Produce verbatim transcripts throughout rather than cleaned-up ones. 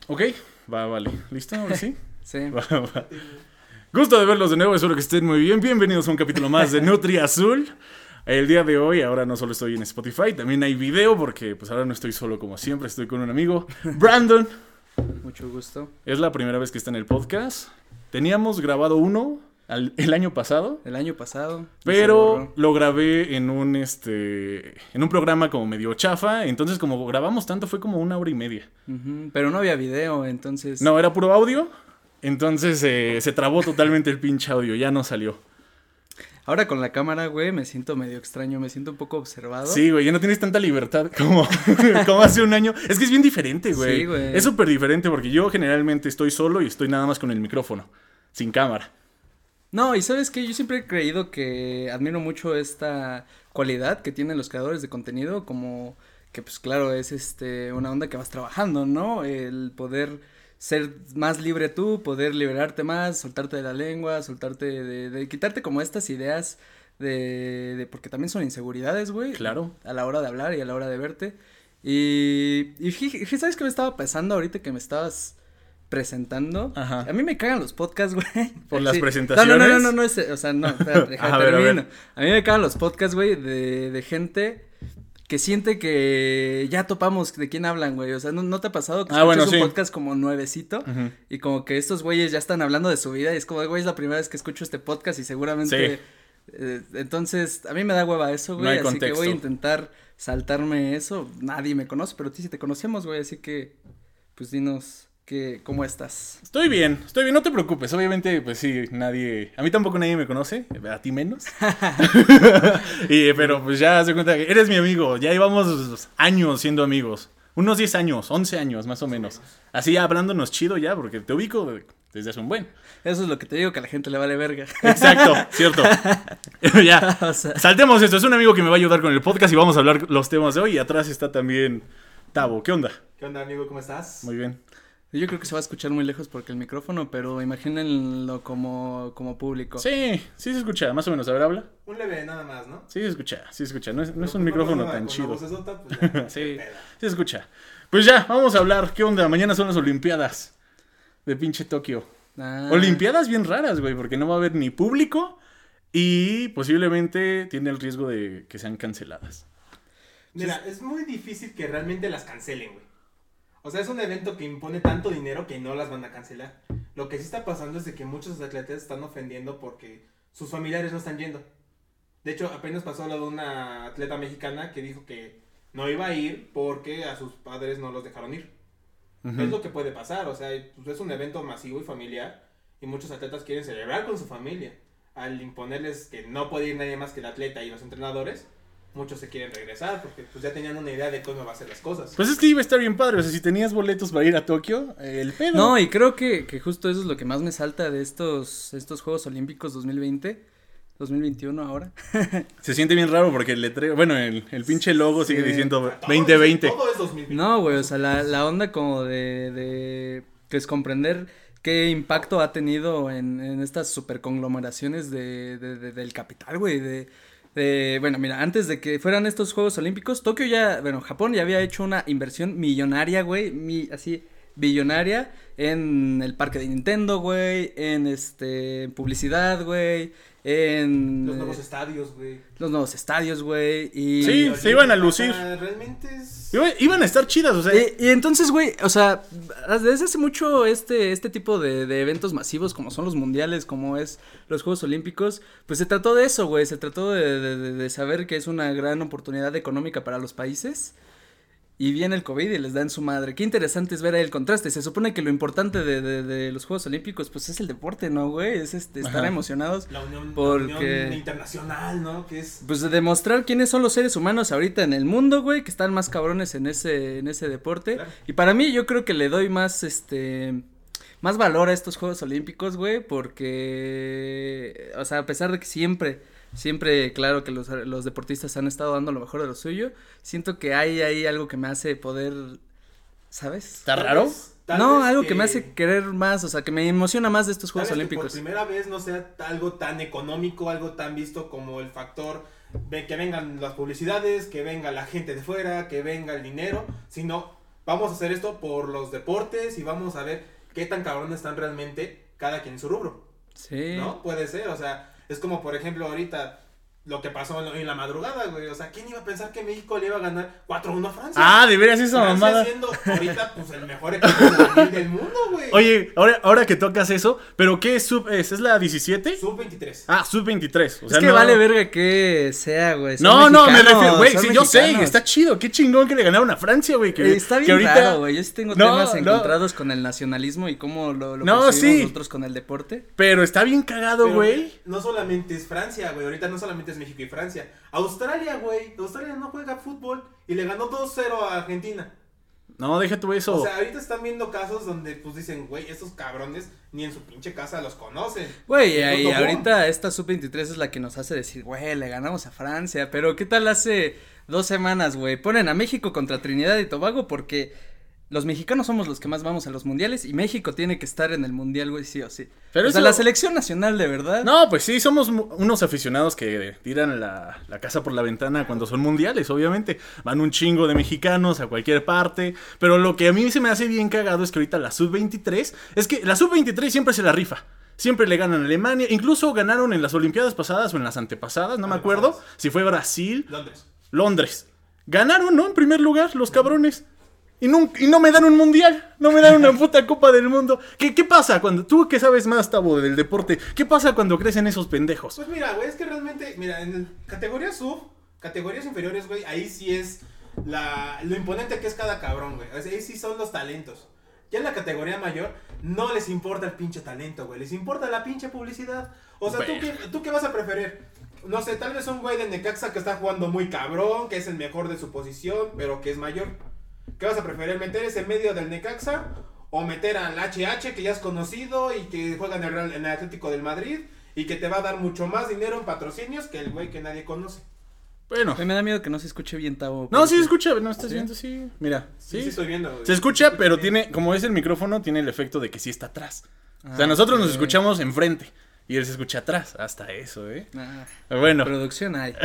Ok, va, vale. ¿Listo? ¿Ahora sí? Sí. Va, va. Gusto de verlos de nuevo, espero que estén muy bien. Bienvenidos a un capítulo más de Nutri Azul. El día de hoy, ahora no solo estoy en Spotify, también hay video porque pues ahora no estoy solo como siempre, estoy con un amigo, Brandon. Mucho gusto. Es la primera vez que está en el podcast. Teníamos grabado uno al- el año pasado, El año pasado. y se pero borró. lo grabé en un este en un programa como medio chafa, entonces como grabamos tanto fue como una hora y media. Ujú, Pero no había video, entonces. No, era puro audio, entonces eh, se trabó totalmente el pinche audio, ya no salió. Ahora con la cámara, güey, me siento medio extraño, me siento un poco observado. Sí, güey, ya no tienes tanta libertad como, como hace un año. Es que es bien diferente, güey. Sí, güey. Es súper diferente porque yo generalmente estoy solo y estoy nada más con el micrófono, sin cámara. No, y sabes qué, yo siempre he creído que admiro mucho esta cualidad que tienen los creadores de contenido, como que pues claro, es este una onda que vas trabajando, ¿no? El poder ser más libre tú, poder liberarte más, soltarte de la lengua, soltarte de, de quitarte como estas ideas de, de porque también son inseguridades, güey. Claro. A la hora de hablar y a la hora de verte. Y, y fí- fí- ¿sabes qué me estaba pasando ahorita que me estabas presentando? Ajá. A mí me cagan los podcasts, güey. ¿Por las Sí. presentaciones? No, no, no, no, no, es, o sea, no, espérate, deja, A ver, a termino. ver. A mí me cagan los podcasts, güey, de, de gente que siente que ya topamos de quién hablan, güey. O sea, ¿no, no te ha pasado que Ah, bueno, escuchas un sí. podcast como nuevecito Ujú. y como que estos güeyes ya están hablando de su vida y es como, güey, es la primera vez que escucho este podcast y seguramente... Sí. eh, entonces, a mí me da hueva eso, No güey, hay así que contexto. voy a intentar saltarme eso. Nadie me conoce, pero a ti sí te conocemos, güey, así que, pues dinos que, ¿cómo estás? Estoy bien, estoy bien, no te preocupes. Obviamente, pues sí, nadie. A mí tampoco nadie me conoce, a ti menos. y, pero pues ya se cuenta que eres mi amigo. Ya llevamos años siendo amigos. Unos diez años, once años más o menos. Así ya hablándonos chido ya, porque te ubico desde hace un buen. Eso es lo que te digo, que a la gente le vale verga. Exacto, cierto. ya. O sea, Saltemos esto. Es un amigo que me va a ayudar con el podcast y vamos a hablar los temas de hoy. Y atrás está también Tavo. ¿Qué onda? ¿Qué onda, amigo? ¿Cómo estás? Muy bien. yo creo que se va a escuchar muy lejos porque el micrófono, pero imagínenlo como, como público. Sí, sí se escucha, más o menos. A ver, habla. Un leve nada más, ¿no? Sí se escucha, sí se escucha. No es, no es Pero un pues micrófono pasa nada, tan con chido. la vocesota, pues ya, Sí. qué pedo. Sí se escucha. Pues ya, vamos a hablar. ¿Qué onda? Mañana son las Olimpiadas de pinche Tokio. Ah, Olimpiadas bien raras, güey, porque no va a haber ni público y posiblemente tiene el riesgo de que sean canceladas. Mira, es muy difícil que realmente las cancelen, güey. O sea, es un evento que impone tanto dinero que no las van a cancelar. Lo que sí está pasando es de que muchos atletas están ofendiendo porque sus familiares no están yendo. De hecho, apenas pasó lo de una atleta mexicana que dijo que no iba a ir porque a sus padres no los dejaron ir. Ujú. Es lo que puede pasar, o sea, pues es un evento masivo y familiar y muchos atletas quieren celebrar con su familia. Al imponerles que no puede ir nadie más que el atleta y los entrenadores, muchos se quieren regresar porque pues ya tenían una idea de cómo va a ser las cosas. Pues es que iba a estar bien padre. O sea, si tenías boletos para ir a Tokio, eh, el pedo. No, y creo que, que justo eso es lo que más me salta de estos, estos Juegos Olímpicos dos mil veinte, dos mil veintiuno ahora. Se siente bien raro porque el letrero, bueno, el, el pinche logo sigue Sí. diciendo Todo veinte es- veinte. Todo es dos mil veinte. No, güey, o sea, la, la onda como de, de, pues comprender qué impacto ha tenido en, en estas super conglomeraciones de, de, de- del capital, güey, de, de, bueno, mira, antes de que fueran estos Juegos Olímpicos, Tokio ya, bueno, Japón ya había hecho una inversión millonaria, güey, mi, así, billonaria en el parque de Nintendo, güey, en este, en publicidad, güey, en Los nuevos eh, estadios, güey. los nuevos estadios, güey, y... Sí, se iban a lucir. O sea, realmente es... Iba- Iban a estar chidas, o sea. Y, y entonces, güey, o sea, desde hace mucho este, este tipo de, de eventos masivos como son los mundiales, como es los Juegos Olímpicos, pues se trató de eso, güey, se trató de, de, de- de saber que es una gran oportunidad económica para los países. Y viene el COVID y les dan su madre. Qué interesante es ver ahí el contraste. Se supone que lo importante de, de, de los Juegos Olímpicos, pues es el deporte, ¿no, güey? Es este, estar Ajá. emocionados. La unión, Porque- la unión internacional, ¿no? Que es... Pues de demostrar quiénes son los seres humanos ahorita en el mundo, güey, que están más cabrones en ese, en ese deporte. Claro. Y para mí yo creo que le doy más, este, más valor a estos Juegos Olímpicos, güey, porque, o sea, a pesar de que siempre, siempre, claro que los, los deportistas han estado dando lo mejor de lo suyo, siento que hay ahí algo que me hace poder, ¿sabes? ¿Está Tal raro? vez- tal No, vez algo que... me hace querer más, o sea, que me emociona más de estos tal Juegos vez que Olímpicos. por primera vez no sea algo tan económico, algo tan visto como el factor de que vengan las publicidades, que venga la gente de fuera, que venga el dinero, sino vamos a hacer esto por los deportes y vamos a ver qué tan cabrones están realmente cada quien en su rubro. Sí. ¿No? Puede ser, o sea, es como por ejemplo ahorita lo que pasó en, en la madrugada, güey. O sea, ¿quién iba a pensar que México le iba a ganar cuatro uno a Francia? Ah, de veras esa Francia mamada. siendo ahorita pues el mejor equipo juvenil del mundo, güey. Oye, ahora, ahora que tocas eso, ¿pero qué sub es? ¿Es la diecisiete? sub veintitrés. Ah, sub veintitrés. O sea, es que no... vale verga que sea, güey. No, no, me refiero, güey, son sí, yo sé, mexicanos. está chido, qué chingón que le ganaron a Francia, güey. Que, Eh, Está bien que ahorita... raro, güey. Yo sí tengo No, temas no. encontrados con el nacionalismo y cómo lo, lo No, percibimos sí. nosotros con el deporte. Pero está bien cagado, Pero güey. no solamente es Francia, güey. Ahorita no solamente es México y Francia. Australia, güey. Australia no juega fútbol y le ganó dos cero a Argentina. No, deja tú eso. O sea, ahorita están viendo casos donde pues dicen, güey, estos cabrones ni en su pinche casa los conocen. Güey, y, Y y punto, ahorita esta sub veintitrés es la que nos hace decir, güey, le ganamos a Francia. Pero ¿qué tal hace dos semanas, güey? Ponen a México contra Trinidad y Tobago porque los mexicanos somos los que más vamos a los mundiales y México tiene que estar en el mundial, güey, sí o sí. Pero o sea, eso- la selección nacional, de verdad. No, pues sí, somos mu- unos aficionados que tiran la, la casa por la ventana cuando son mundiales, obviamente. Van un chingo de mexicanos a cualquier parte. Pero lo que a mí se me hace bien cagado es que ahorita la sub veintitrés, es que la sub veintitrés siempre se la rifa. Siempre le ganan a Alemania. Incluso ganaron en las Olimpiadas pasadas o en las antepasadas, no me acuerdo. Antepasadas. Si fue Brasil, Londres. Londres. Ganaron, ¿no? En primer lugar, los cabrones. Y no, y no me dan un mundial, no me dan una puta Copa del Mundo. ¿Qué, ¿Qué pasa cuando, tú que sabes más, Tabo, del deporte, qué pasa cuando crecen esos pendejos? Pues mira, güey, es que realmente, mira, en categorías sub, categorías inferiores, güey, ahí sí es la, lo imponente que es cada cabrón, güey. O sea, ahí sí son los talentos. Ya en la categoría mayor, no les importa el pinche talento, güey. Les importa la pinche publicidad. O sea, ¿tú Bueno. qué, ¿tú qué vas a preferir? No sé, tal vez un güey de Necaxa que está jugando muy cabrón, que es el mejor de su posición, pero que es mayor. ¿Qué vas a preferir? ¿Meter ese medio del Necaxa? ¿O meter al H H que ya es conocido y que juega en el, Real- en el Atlético del Madrid? Y que te va a dar mucho más dinero en patrocinios que el güey que nadie conoce. Bueno. Güey, me da miedo que no se escuche bien, Tavo. No, sí porque- se escucha, no estás ¿Sí? viendo, sí. Mira, Sí, sí. sí, estoy viendo. güey. Se escucha, pero bien. tiene, como es el micrófono, tiene el efecto de que sí está atrás. o sea, Ah, nosotros ok. nos escuchamos enfrente y él se escucha atrás. Hasta eso, ¿eh? Ah, Bueno, producción hay.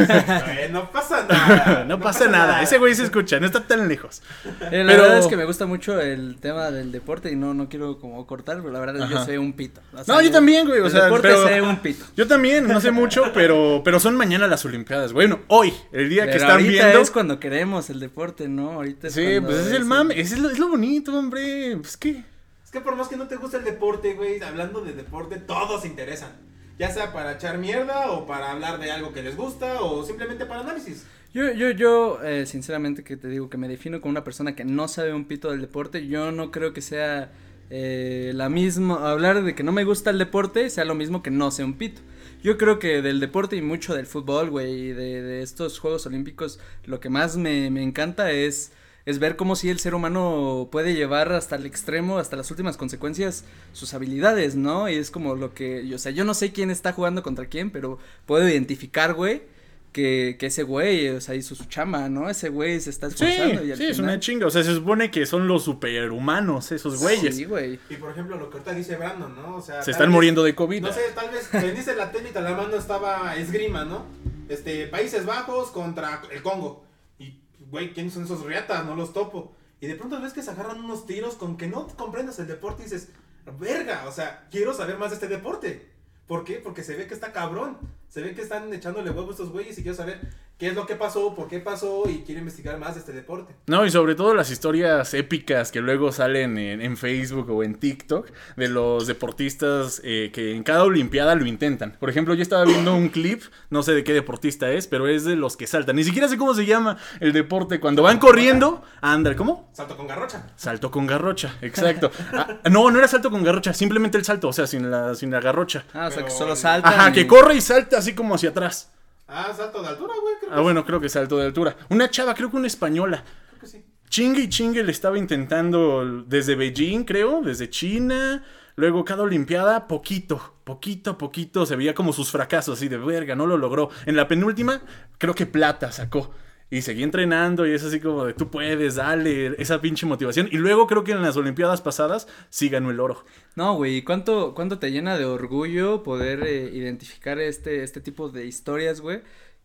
Eh, no pasa nada. no, pasa nada. Ese güey se escucha, no está tan lejos. Eh, la Pero- verdad es que me gusta mucho el tema del deporte y no, no quiero como cortar, pero la verdad es que yo Ajá. sé un pito. O sea, No, yo también, güey, o el sea, deporte pero- sé un pito. Yo también, no sé mucho, pero, pero son mañana las Olimpiadas. Bueno, hoy, el día que Pero están ahorita viendo. es cuando queremos el deporte, ¿no? Ahorita es Sí, cuando pues es el mame, es lo, es lo bonito, hombre. Pues qué. Es que por más que no te guste el deporte, güey, hablando de deporte, todos se interesan. Ya sea para echar mierda o para hablar de algo que les gusta o simplemente para análisis. Yo, yo, yo, eh, sinceramente que te digo que me defino como una persona que no sabe un pito del deporte, yo no creo que sea eh, la misma, hablar de que no me gusta el deporte sea lo mismo que no sé un pito. Yo creo que del deporte y mucho del fútbol, güey, y de, de estos Juegos Olímpicos, lo que más me, me encanta es, es ver cómo si el ser humano puede llevar hasta el extremo, hasta las últimas consecuencias, sus habilidades, ¿no? Y es como lo que, o sea, yo no sé quién está jugando contra quién, pero puedo identificar, güey, que, que ese güey, o sea, hizo su chamba, ¿no? Ese güey se está Sí, esforzando y al sí, es final- una chinga. O sea, se supone que son los superhumanos, esos güeyes. Sí, güey. Y por ejemplo, lo que ahorita dice Brandon, ¿no? O sea, Se tal están vez- muriendo de COVID. No sé, tal vez vendiste la tele y a la mano estaba esgrima, ¿no? Este, Países Bajos contra el Congo. Y, güey, ¿quiénes son esos riatas? No los topo. Y de pronto ves que se agarran unos tiros con que no comprendas el deporte y dices, verga, o sea, quiero saber más de este deporte. ¿Por qué? Porque se ve que está cabrón. Se ve que están echándole huevo a estos güeyes y quiero saber qué es lo que pasó, por qué pasó y quiero investigar más de este deporte. No, y sobre todo las historias épicas que luego salen en, en Facebook o en TikTok de los deportistas eh, que en cada olimpiada lo intentan. Por ejemplo, yo estaba viendo un clip, no sé de qué deportista es, pero es de los que saltan. Ni siquiera sé cómo se llama el deporte. Cuando van corriendo, anda, ¿cómo? Salto con garrocha. Salto con garrocha, exacto. Ah, no, no era salto con garrocha, simplemente el salto, o sea, sin la, sin la garrocha. Ah, o sea, que Pero- solo salta. Ajá, que corre y salta así como hacia atrás. Ah, salto de altura, güey. Creo, Ah, bueno, creo que salto de altura. Una chava, creo que una española. creo que sí. Chingue y chingue le estaba intentando desde Beijing, creo, desde China. Luego cada olimpiada, poquito, poquito, poquito. Se veía como sus fracasos, así de verga, no lo logró. En la penúltima, creo que plata sacó. Y seguí entrenando y es así como de tú puedes, dale, esa pinche motivación. Y luego creo que en las olimpiadas pasadas sí ganó el oro. No, güey, ¿cuánto, cuánto te llena de orgullo poder eh, identificar este, este tipo de historias, güey?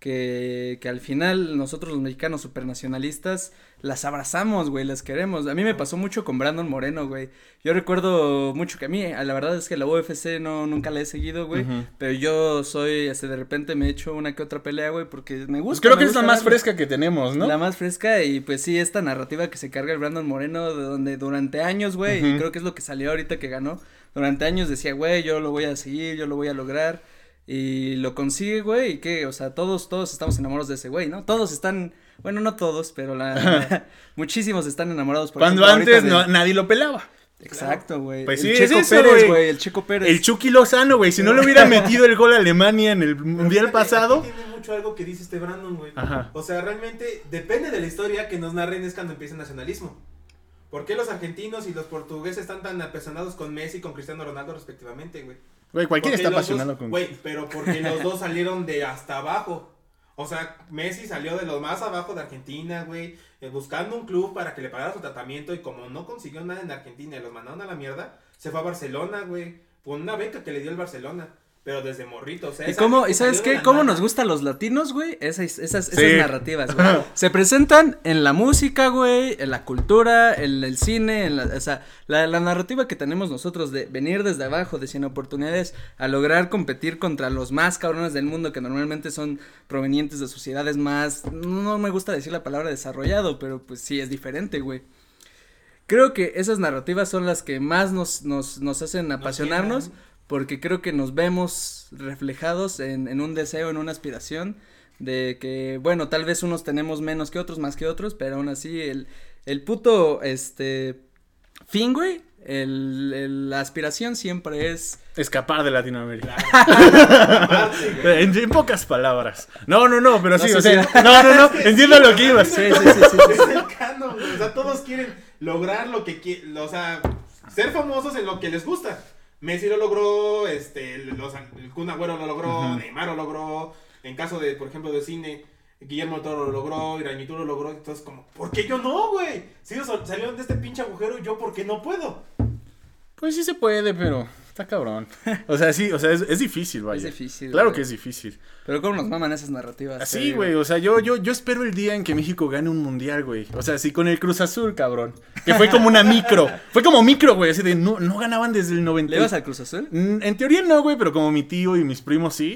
que, que al final nosotros los mexicanos supernacionalistas las abrazamos, güey, las queremos. A mí me pasó mucho con Brandon Moreno, güey. Yo recuerdo mucho que a mí, la verdad es que la U F C no, nunca la he seguido, güey, uh-huh. pero yo soy, este, de repente me echo una que otra pelea, güey, porque me gusta. Pues creo me que gusta es la más darle. fresca que tenemos, ¿no? La más fresca y pues sí, esta narrativa que se carga el Brandon Moreno, de donde durante años, güey, uh-huh. y creo que es lo que salió ahorita que ganó, durante años decía, güey, yo lo voy a seguir, yo lo voy a lograr. Y lo consigue, güey, y que, o sea, todos, todos estamos enamorados de ese güey, ¿no? Todos están, bueno, no todos, pero la, la muchísimos están enamorados. Por Cuando ejemplo, antes de... no, nadie lo pelaba. Exacto, güey. Pues el sí, Checo es eso, Pérez, güey. güey, el Checo Pérez. El Chucky Lozano, güey, si no le hubiera metido el gol a Alemania en el mundial fíjate, pasado. Tiene mucho algo que dice este Brandon, güey. Ajá. O sea, realmente depende de la historia que nos narren es cuando empieza el nacionalismo. ¿Por qué los argentinos y los portugueses están tan apasionados con Messi y con Cristiano Ronaldo respectivamente, güey? Güey, cualquiera Porque está los apasionado dos, con... Güey, pero porque los dos salieron de hasta abajo. O sea, Messi salió de lo más abajo de Argentina, güey, eh, buscando un club para que le pagara su tratamiento y como no consiguió nada en Argentina y los mandaron a la mierda, se fue a Barcelona, güey, con una beca que le dio el Barcelona. Pero desde morrito, o sea... ¿Y cómo, y sabes qué? ¿Cómo nos gustan los latinos, güey? Esas, esas, sí. esas narrativas, güey. Se presentan en la música, güey, en la cultura, en el cine, en la, o sea, la, la narrativa que tenemos nosotros de venir desde abajo, de sin oportunidades, a lograr competir contra los más cabrones del mundo, que normalmente son provenientes de sociedades más, no me gusta decir la palabra desarrollado, pero pues sí, es diferente, güey. Creo que esas narrativas son las que más nos, nos, nos hacen apasionarnos. Nos porque creo que nos vemos reflejados en, en un deseo, en una aspiración de que, bueno, tal vez unos tenemos menos que otros, más que otros, pero aún así el, el puto, este, fin, güey, el, el, la aspiración siempre es... escapar de Latinoamérica. en, en pocas palabras. No, no, no, pero no, sí, o sea, si... no, no, no, entiendo lo que ibas. Sí, sí, sí, sí, sí. Es el canon, o sea, todos quieren lograr lo que quieren, o sea, ser famosos en lo que les gusta. Messi lo logró, este, los, el Kun Agüero lo logró, uh-huh. Neymar lo logró, en caso de, por ejemplo, de cine, Guillermo del Toro lo logró, Irañito lo logró, entonces como, ¿por qué yo no, güey? Si ellos salieron de este pinche agujero, ¿yo por qué no puedo? Pues sí se puede, pero está cabrón. O sea, sí, o sea, es, es difícil, vaya. Es difícil. Claro güey. que es difícil. Pero cómo nos maman esas narrativas. Sí, güey, o sea, yo, yo, yo espero el día en que México gane un mundial, güey. O sea, sí, con el Cruz Azul, cabrón. Que fue como una micro. Fue como micro, güey, así de, no, no ganaban desde el noventa. ¿Le ibas al Cruz Azul? En teoría no, güey, pero como mi tío y mis primos sí.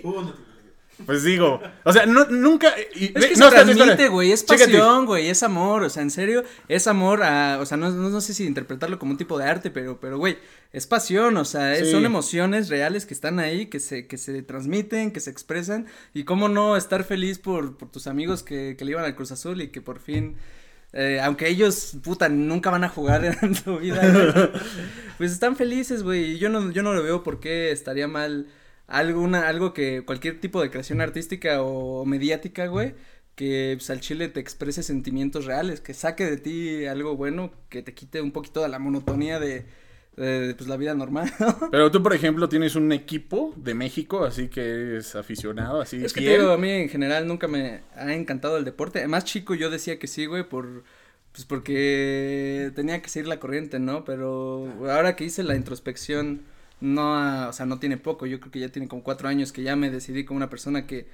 Pues digo, o sea, no, nunca... Y, es que no, se transmite, güey, es pasión, güey, es amor, o sea, en serio, es amor a, o sea, no, no, no sé si interpretarlo como un tipo de arte, pero, pero, güey, es pasión, o sea, es, sí. son emociones reales que están ahí, que se, que se transmiten, que se expresan, y cómo no estar feliz por, por tus amigos que, que le iban al Cruz Azul y que por fin... Eh, aunque ellos, puta, nunca van a jugar en su vida, güey, pues están felices, güey, y yo no, yo no lo veo por qué estaría mal... Alguna, algo que cualquier tipo de creación artística o mediática, güey, que pues, al chile te exprese sentimientos reales, que saque de ti algo bueno, que te quite un poquito de la monotonía de, de, de pues la vida normal, ¿no? Pero tú, por ejemplo, tienes un equipo de México, así que eres aficionado, así es que fiel. te digo, a mí en general nunca me ha encantado el deporte, más chico yo decía que sí, güey, por... Pues porque tenía que seguir la corriente, ¿no? Pero ahora que hice la introspección... No, o sea, no tiene poco, yo creo que ya tiene como cuatro años que ya me decidí como una persona que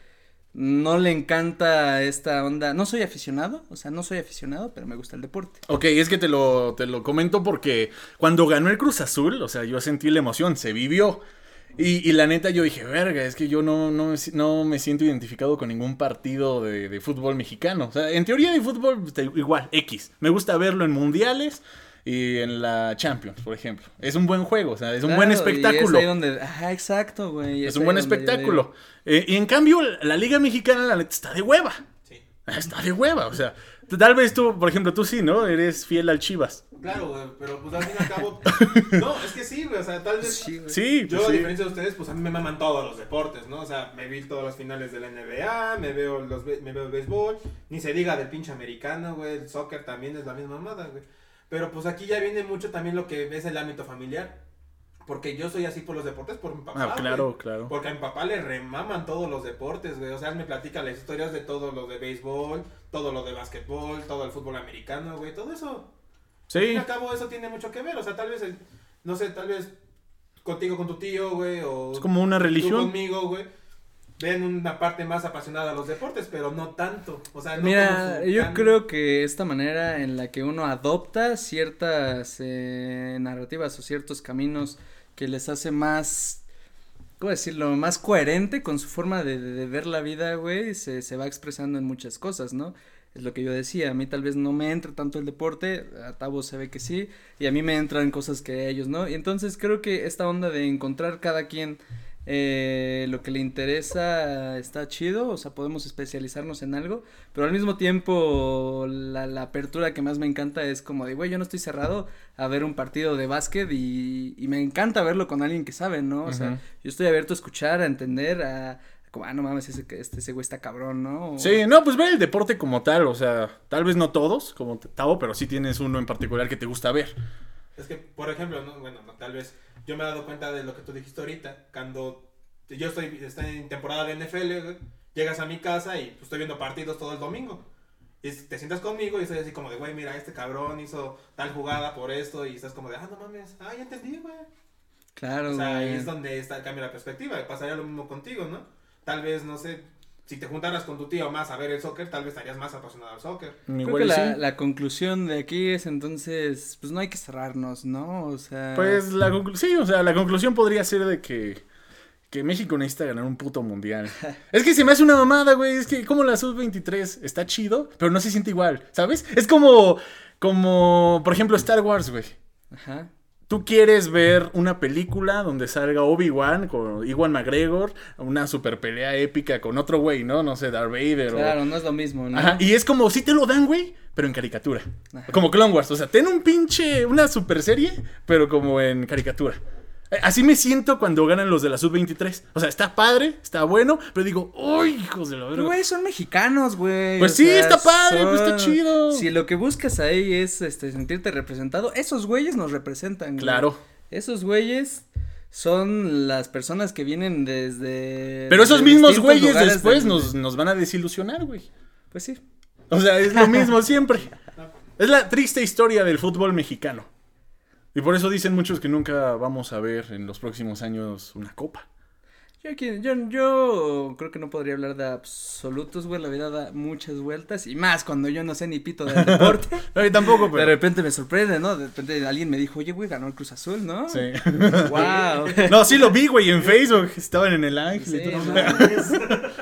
no le encanta esta onda, no soy aficionado, o sea, no soy aficionado, pero me gusta el deporte. Ok, es que te lo, te lo comento porque cuando ganó el Cruz Azul, o sea, yo sentí la emoción, se vivió, y, y la neta yo dije, verga, es que yo no, no, no me siento identificado con ningún partido de, de fútbol mexicano, o sea, en teoría de fútbol, igual, X, me gusta verlo en mundiales, y en la Champions, por ejemplo. Es un buen juego, o sea, es un claro, buen espectáculo. Y es ahí donde, ajá, exacto, güey. Es, es un buen espectáculo. Eh, y en cambio, la Liga Mexicana, la neta, está de hueva. Sí. Está de hueva, o sea, tal vez tú, por ejemplo, tú sí, ¿no? Eres fiel al Chivas. Claro, güey, pero pues al fin y al cabo, no, es que sí, güey, o sea, tal vez, sí, sí yo pues, a sí. diferencia de ustedes, pues a mí me maman todos los deportes, ¿no? O sea, me vi todas las finales de la N B A, me veo los, me veo el béisbol, ni se diga del pinche americano, güey, el soccer también es la misma mamada, güey. Pero pues aquí ya viene mucho también lo que es el ámbito familiar. Porque yo soy así por los deportes, por mi papá. Ah, claro, güey. claro. Porque a mi papá le remaman todos los deportes, güey. O sea, él me platica las historias de todo lo de béisbol, todo lo de básquetbol, todo el fútbol americano, güey. Todo eso. Sí. Al fin y al cabo, eso tiene mucho que ver. O sea, tal vez, el, no sé, tal vez contigo con tu tío, güey. O es como una religión. Tú conmigo, güey. ven una parte más apasionada a los deportes, pero no tanto. O sea, no Mira, como su yo tan- creo que esta manera en la que uno adopta ciertas eh, narrativas o ciertos caminos que les hace más, ¿cómo decirlo? Más coherente con su forma de, de, de ver la vida, güey, se, se va expresando en muchas cosas, ¿no? Es lo que yo decía, a mí tal vez no me entra tanto el deporte, a Tavo se ve que sí, y a mí me entran cosas que a ellos, ¿no? Y entonces creo que esta onda de encontrar cada quien eh, lo que le interesa está chido, o sea, podemos especializarnos en algo, pero al mismo tiempo la, la apertura que más me encanta es como de, güey, yo no estoy cerrado a ver un partido de básquet y, y me encanta verlo con alguien que sabe, ¿no? O Ujú. sea, yo estoy abierto a escuchar, a entender, a... Como, ah, no mames, ese, este, ese güey está cabrón, ¿no? O... Sí, no, pues ver el deporte como tal, o sea, tal vez no todos, como Tavo, pero sí tienes uno en particular que te gusta ver. Es que, por ejemplo, no, bueno, no, tal vez yo me he dado cuenta de lo que tú dijiste ahorita, cuando yo estoy, estoy en temporada de N F L, güey, llegas a mi casa y pues, estoy viendo partidos todo el domingo. Y te sientas conmigo y estoy así como de, güey, mira, este cabrón hizo tal jugada por esto y estás como de, ah, no mames, ah, ya entendí, güey. Claro, O sea, ahí güey. es donde está, cambia la perspectiva. Pasaría lo mismo contigo, ¿no? Tal vez, no sé, si te juntaras con tu tío más a ver el soccer, tal vez estarías más apasionado al soccer. Creo Igual que y la, sí. la conclusión de aquí es entonces, pues no hay que cerrarnos, ¿no? O sea. Pues la conclu- sí, o sea, la conclusión podría ser de que, que México necesita ganar un puto mundial. Es que se me hace una mamada, güey, es que como la sub veintitrés está chido, pero no se siente igual, ¿sabes? Es como, como, por ejemplo, Star Wars, güey. Ajá. Tú quieres ver una película donde salga Obi-Wan con Ewan McGregor, una super pelea épica con otro güey, ¿no? No sé, Darth Vader Claro, o... no es lo mismo, ¿no? Ajá, y es como, sí te lo dan, güey, pero en caricatura. Ajá. Como Clone Wars, o sea, ten un pinche, una super serie, pero como en caricatura. Eh, Así me siento cuando ganan los de la sub veintitrés. O sea, está padre, está bueno, pero digo, ¡uy, hijos de la Pero, verga! güey, son mexicanos, güey. Pues o sí, sea, está padre, pues está son- chido. Si lo que buscas ahí es este sentirte representado, esos güeyes nos representan, güey. Claro. Esos güeyes son las personas que vienen desde. Pero esos desde mismos distintos güeyes lugares después del- nos, nos van a desilusionar, güey. Pues sí. O sea, es lo mismo siempre. Es la triste historia del fútbol mexicano. Y por eso dicen muchos que nunca vamos a ver en los próximos años una copa. Yo, aquí- yo, yo creo que no podría hablar de absolutos, güey. La vida da muchas vueltas. Y más cuando yo no sé ni pito del deporte. No, yo tampoco, De pero... repente me sorprende, ¿no? De repente alguien me dijo, oye, güey, ganó el Cruz Azul, ¿no? Sí. Wow. No, sí lo vi, güey, en Facebook. Estaban en el Ángel Sí, y todo. mames.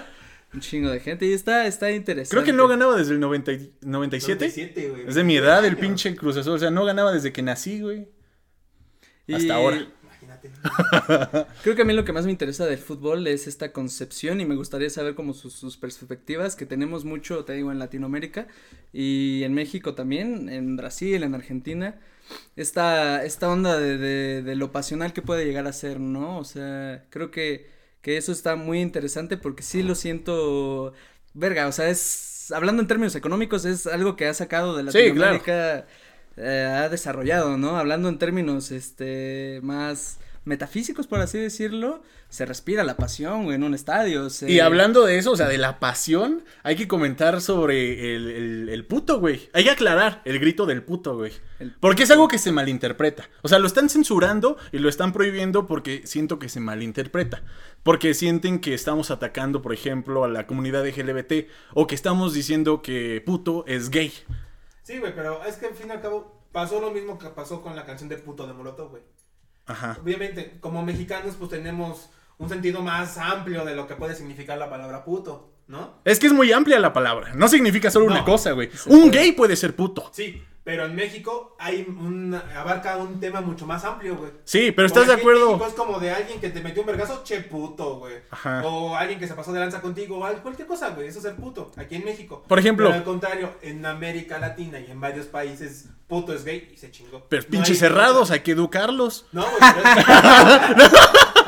Un chingo de gente. Y está, está interesante. Creo que no ganaba desde el noventa y- noventa y siete. noventa y siete, güey. Es de mi edad el años. pinche Cruz Azul. O sea, no ganaba desde que nací, güey. Y hasta ahora. Imagínate. Creo que a mí lo que más me interesa del fútbol es esta concepción y me gustaría saber como sus, sus perspectivas que tenemos mucho, te digo, en Latinoamérica y en México también, en Brasil, en Argentina. Esta, esta onda de, de, de lo pasional que puede llegar a ser, ¿no? O sea, creo que, que eso está muy interesante porque sí lo siento, verga, o sea, es, hablando en términos económicos, es algo que ha sacado de Sí, claro. Latinoamérica, eh, ha desarrollado, ¿no? Hablando en términos, este, más metafísicos, por así decirlo, se respira la pasión, güey, en un estadio. Se... Y hablando de eso, o sea, de la pasión, hay que comentar sobre el, el, el puto, güey. Hay que aclarar el grito del puto, güey. El Porque es algo que se malinterpreta. O sea, lo están censurando y lo están prohibiendo porque siento que se malinterpreta. Porque sienten que estamos atacando, por ejemplo, a la comunidad L G B T o que estamos diciendo que puto es gay. Sí, güey, pero es que al fin y al cabo pasó lo mismo que pasó con la canción de puto de Molotov, güey. Ajá. Obviamente, como mexicanos, pues tenemos un sentido más amplio de lo que puede significar la palabra puto, ¿no? Es que es muy amplia la palabra. No significa solo No. una cosa, güey. Un gay puede ser puto. Sí, pero en México hay un, abarca un tema mucho más amplio, güey. Sí, pero ¿estás Porque de aquí en acuerdo? México es como de alguien que te metió un vergazo, che puto, güey. Ajá. O alguien que se pasó de lanza contigo, o al- cualquier cosa, güey. Eso es ser puto, aquí en México. Por ejemplo- Pero al contrario, en América Latina y en varios países, puto es gay y se chingó. Pero No pinches hay- cerrados, hay que educarlos. No, güey, pero es-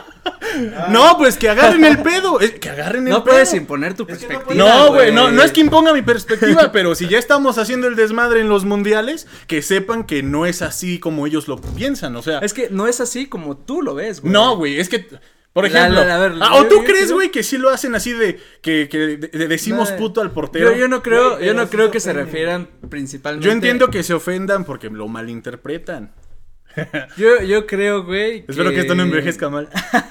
Ah, No, pues que agarren el pedo. Es- que agarren el No pedo. puedes imponer tu Es que no perspectiva. puedes- No, güey, no, no es que imponga mi perspectiva, pero si ya estamos haciendo el desmadre en los mundiales, que sepan que no es así como ellos lo piensan, o sea. Es que no es así como tú lo ves, güey. No, güey, es que, por La- ejemplo. la- a ver, ah, yo- ¿o tú yo crees, creo- güey, que sí lo hacen así de que, que de- de- decimos No, puto al portero? Yo, yo no creo, Güey, yo pero no sí creo se que se ofenden. refieran principalmente. Yo entiendo que se ofendan porque lo malinterpretan. Yo, yo creo, güey. Espero que... que esto no envejezca mal.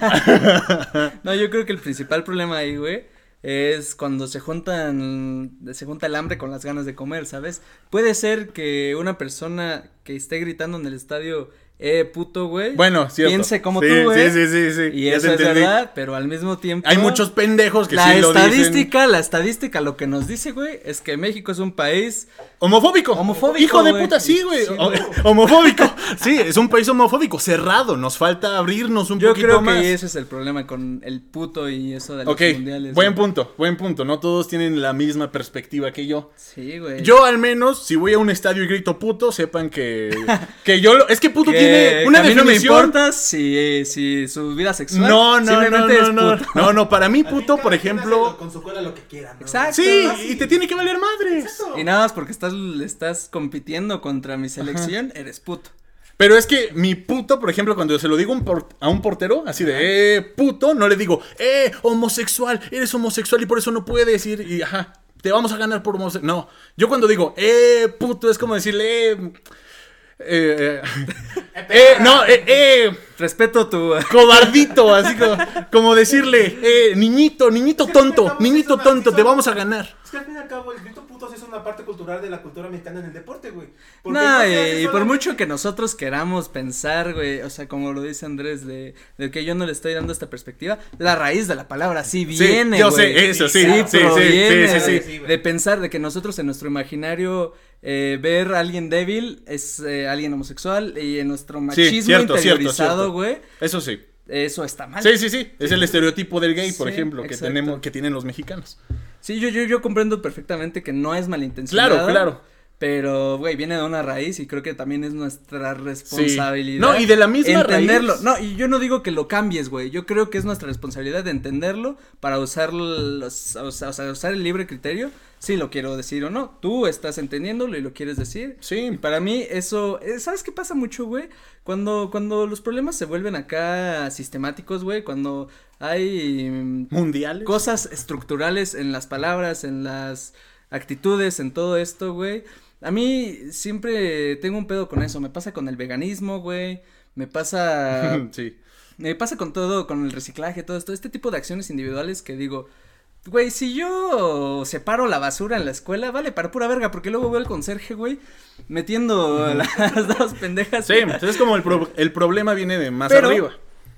No, yo creo que el principal problema ahí, güey, es cuando se juntan, se junta el hambre con las ganas de comer, ¿sabes? Puede ser que una persona que esté gritando en el estadio, eh, puto, güey. Bueno, cierto. Piense como sí, tú, güey. Sí, sí, sí, sí. Y ya eso es verdad, pero al mismo tiempo. Hay muchos pendejos que la sí lo dicen. La estadística, la estadística lo que nos dice, güey, es que México es un país. Homofóbico. Homofóbico. Hijo de wey. puta, sí, güey. Sí, homofóbico. Sí, es un país homofóbico, cerrado. Nos falta abrirnos un Yo poquito más. Yo creo que ese es el problema con el puto y eso de los okay. mundiales. Buen güey. punto, buen punto. No todos tienen la misma perspectiva que yo. Sí, güey. Yo al menos, si voy a un estadio y grito puto, sepan que, que yo lo, es que puto que, tiene una que a mí definición. No me importa si, si su vida sexual. No, no, no, no, no, puto. no, no, para mí puto, por ejemplo. Con su cola lo que quiera, ¿no? Exacto. Sí, y te tiene que valer madres. Exacto. Y nada más porque estás, estás compitiendo contra mi selección, Ajá. eres puto. Pero es que mi puto, por ejemplo, cuando se lo digo un por, a un portero, así de, eh, puto, no le digo, eh, homosexual, eres homosexual y por eso no puedes ir y, ajá, te vamos a ganar por homosexual. No, yo cuando digo, eh, puto, es como decirle, eh, eh, eh, eh no, eh, eh. Respeto tu... Cobardito, así como, como decirle, eh, niñito, niñito tonto, niñito tonto, te vamos a ganar. Es que al fin y al cabo el grito putos es una parte cultural de la cultura mexicana en el deporte, güey. No, y, y por mucho que nosotros queramos pensar, güey, o sea, como lo dice Andrés, de, de que yo no le estoy dando esta perspectiva, la raíz de la palabra sí viene, sí, yo güey. sé, eso, sí, sí, sí, proviene sí, sí, sí, de, sí, de pensar de que nosotros en nuestro imaginario eh, ver a alguien débil es eh, alguien homosexual y en nuestro machismo sí, cierto, interiorizado, güey. Eso sí. Eso está mal. Sí, sí, sí. Es el estereotipo del gay, por sí, ejemplo, que exacto. tenemos, que tienen los mexicanos. Sí, yo, yo, yo comprendo perfectamente que no es malintencionado. Claro, claro. Pero, güey, viene de una raíz y creo que también es nuestra responsabilidad. Sí. No, y de la misma entenderlo. raíz. No, y yo no digo que lo cambies, güey. Yo creo que es nuestra responsabilidad de entenderlo para usar los, o sea, o sea, usar el libre criterio. Si lo quiero decir o no. Tú estás entendiéndolo y lo quieres decir. Sí. Y para mí eso, ¿sabes qué pasa mucho, güey? Cuando, cuando los problemas se vuelven acá sistemáticos, güey, cuando hay mundiales, cosas estructurales en las palabras, en las actitudes, en todo esto, güey. A mí siempre tengo un pedo con eso, me pasa con el veganismo, güey, me pasa... sí. Me pasa con todo, con el reciclaje, todo esto, este tipo de acciones individuales que digo, güey, si yo separo la basura en la escuela, vale, para pura verga, porque luego veo al conserje, güey, metiendo las dos pendejas. Sí, entonces como el, pro el problema viene de más pero, arriba.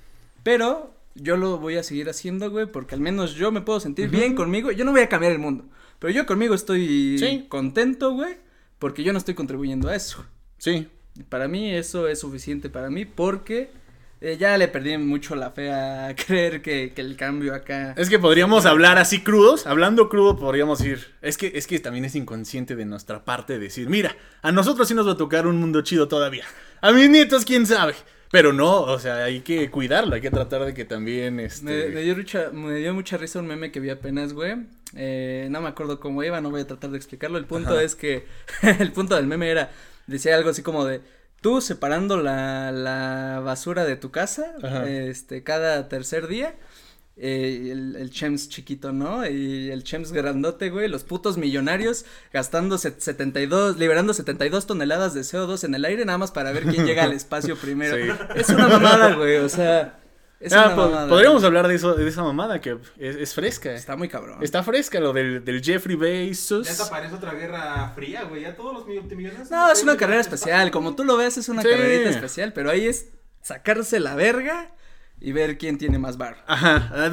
Pero yo lo voy a seguir haciendo, güey, porque al menos yo me puedo sentir uh-huh. bien conmigo, yo no voy a cambiar el mundo, pero yo conmigo estoy sí. contento, güey, porque yo no estoy contribuyendo a eso. Sí. Para mí eso es suficiente para mí porque eh, ya le perdí mucho la fe a creer que, que el cambio acá. Es que podríamos hablar así crudos, hablando crudo podríamos ir, es que, es que también es inconsciente de nuestra parte decir, mira, a nosotros sí nos va a tocar un mundo chido todavía, a mis nietos quién sabe. Pero no, o sea, hay que cuidarlo, hay que tratar de que también, este... Me, me, dio, mucha, me dio mucha risa un meme que vi apenas, güey, eh, no me acuerdo cómo iba, no voy a tratar de explicarlo, el punto Ajá. es que, el punto del meme era, decía algo así como de, tú separando la, la basura de tu casa, Ajá. este, cada tercer día, eh, el, el Chems chiquito, ¿no? Y el Chems grandote, güey, los putos millonarios gastando setenta y dos, liberando setenta y dos toneladas de C O dos en el aire nada más para ver quién llega al espacio primero. Sí. Es una mamada, güey, o sea, es ah, una mamada. Podríamos güey. hablar de eso, de esa mamada que es, es fresca. Está muy cabrón. Está fresca lo del, del Jeffrey Bezos. Ya te parece otra guerra fría, güey, ya todos los multimillonarios. No, es una carrera especial, como tú lo ves es una sí. carrerita especial, pero ahí es sacarse la verga y ver quién tiene más bar. Ajá.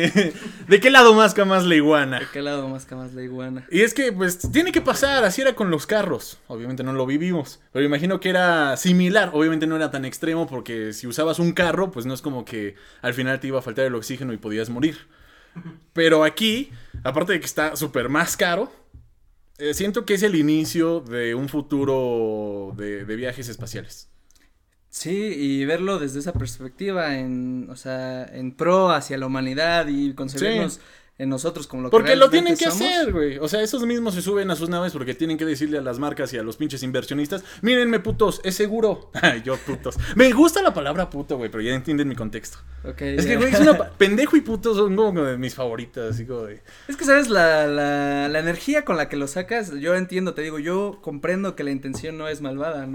¿De qué lado masca más la iguana? ¿De qué lado masca más la iguana? Y es que, pues, tiene que pasar. Así era con los carros. Obviamente no lo vivimos. Pero imagino que era similar. Obviamente no era tan extremo porque si usabas un carro, pues no es como que al final te iba a faltar el oxígeno y podías morir. Pero aquí, aparte de que está súper más caro, eh, siento que es el inicio de un futuro de, de viajes espaciales. Sí, y verlo desde esa perspectiva, en, o sea, en pro hacia la humanidad y concebirnos sí. en nosotros como lo porque que lo tienen que somos. hacer, güey. O sea, esos mismos se suben a sus naves porque tienen que decirle a las marcas y a los pinches inversionistas, mírenme putos, es seguro. Ay, yo putos. Me gusta la palabra puto, güey, pero ya entienden mi contexto. Okay, es ya. que, güey, es una pendejo y puto son como de mis favoritas, así como de... Es que, ¿sabes? La, la, la energía con la que lo sacas, yo entiendo, te digo, yo comprendo que la intención no es malvada, ¿no?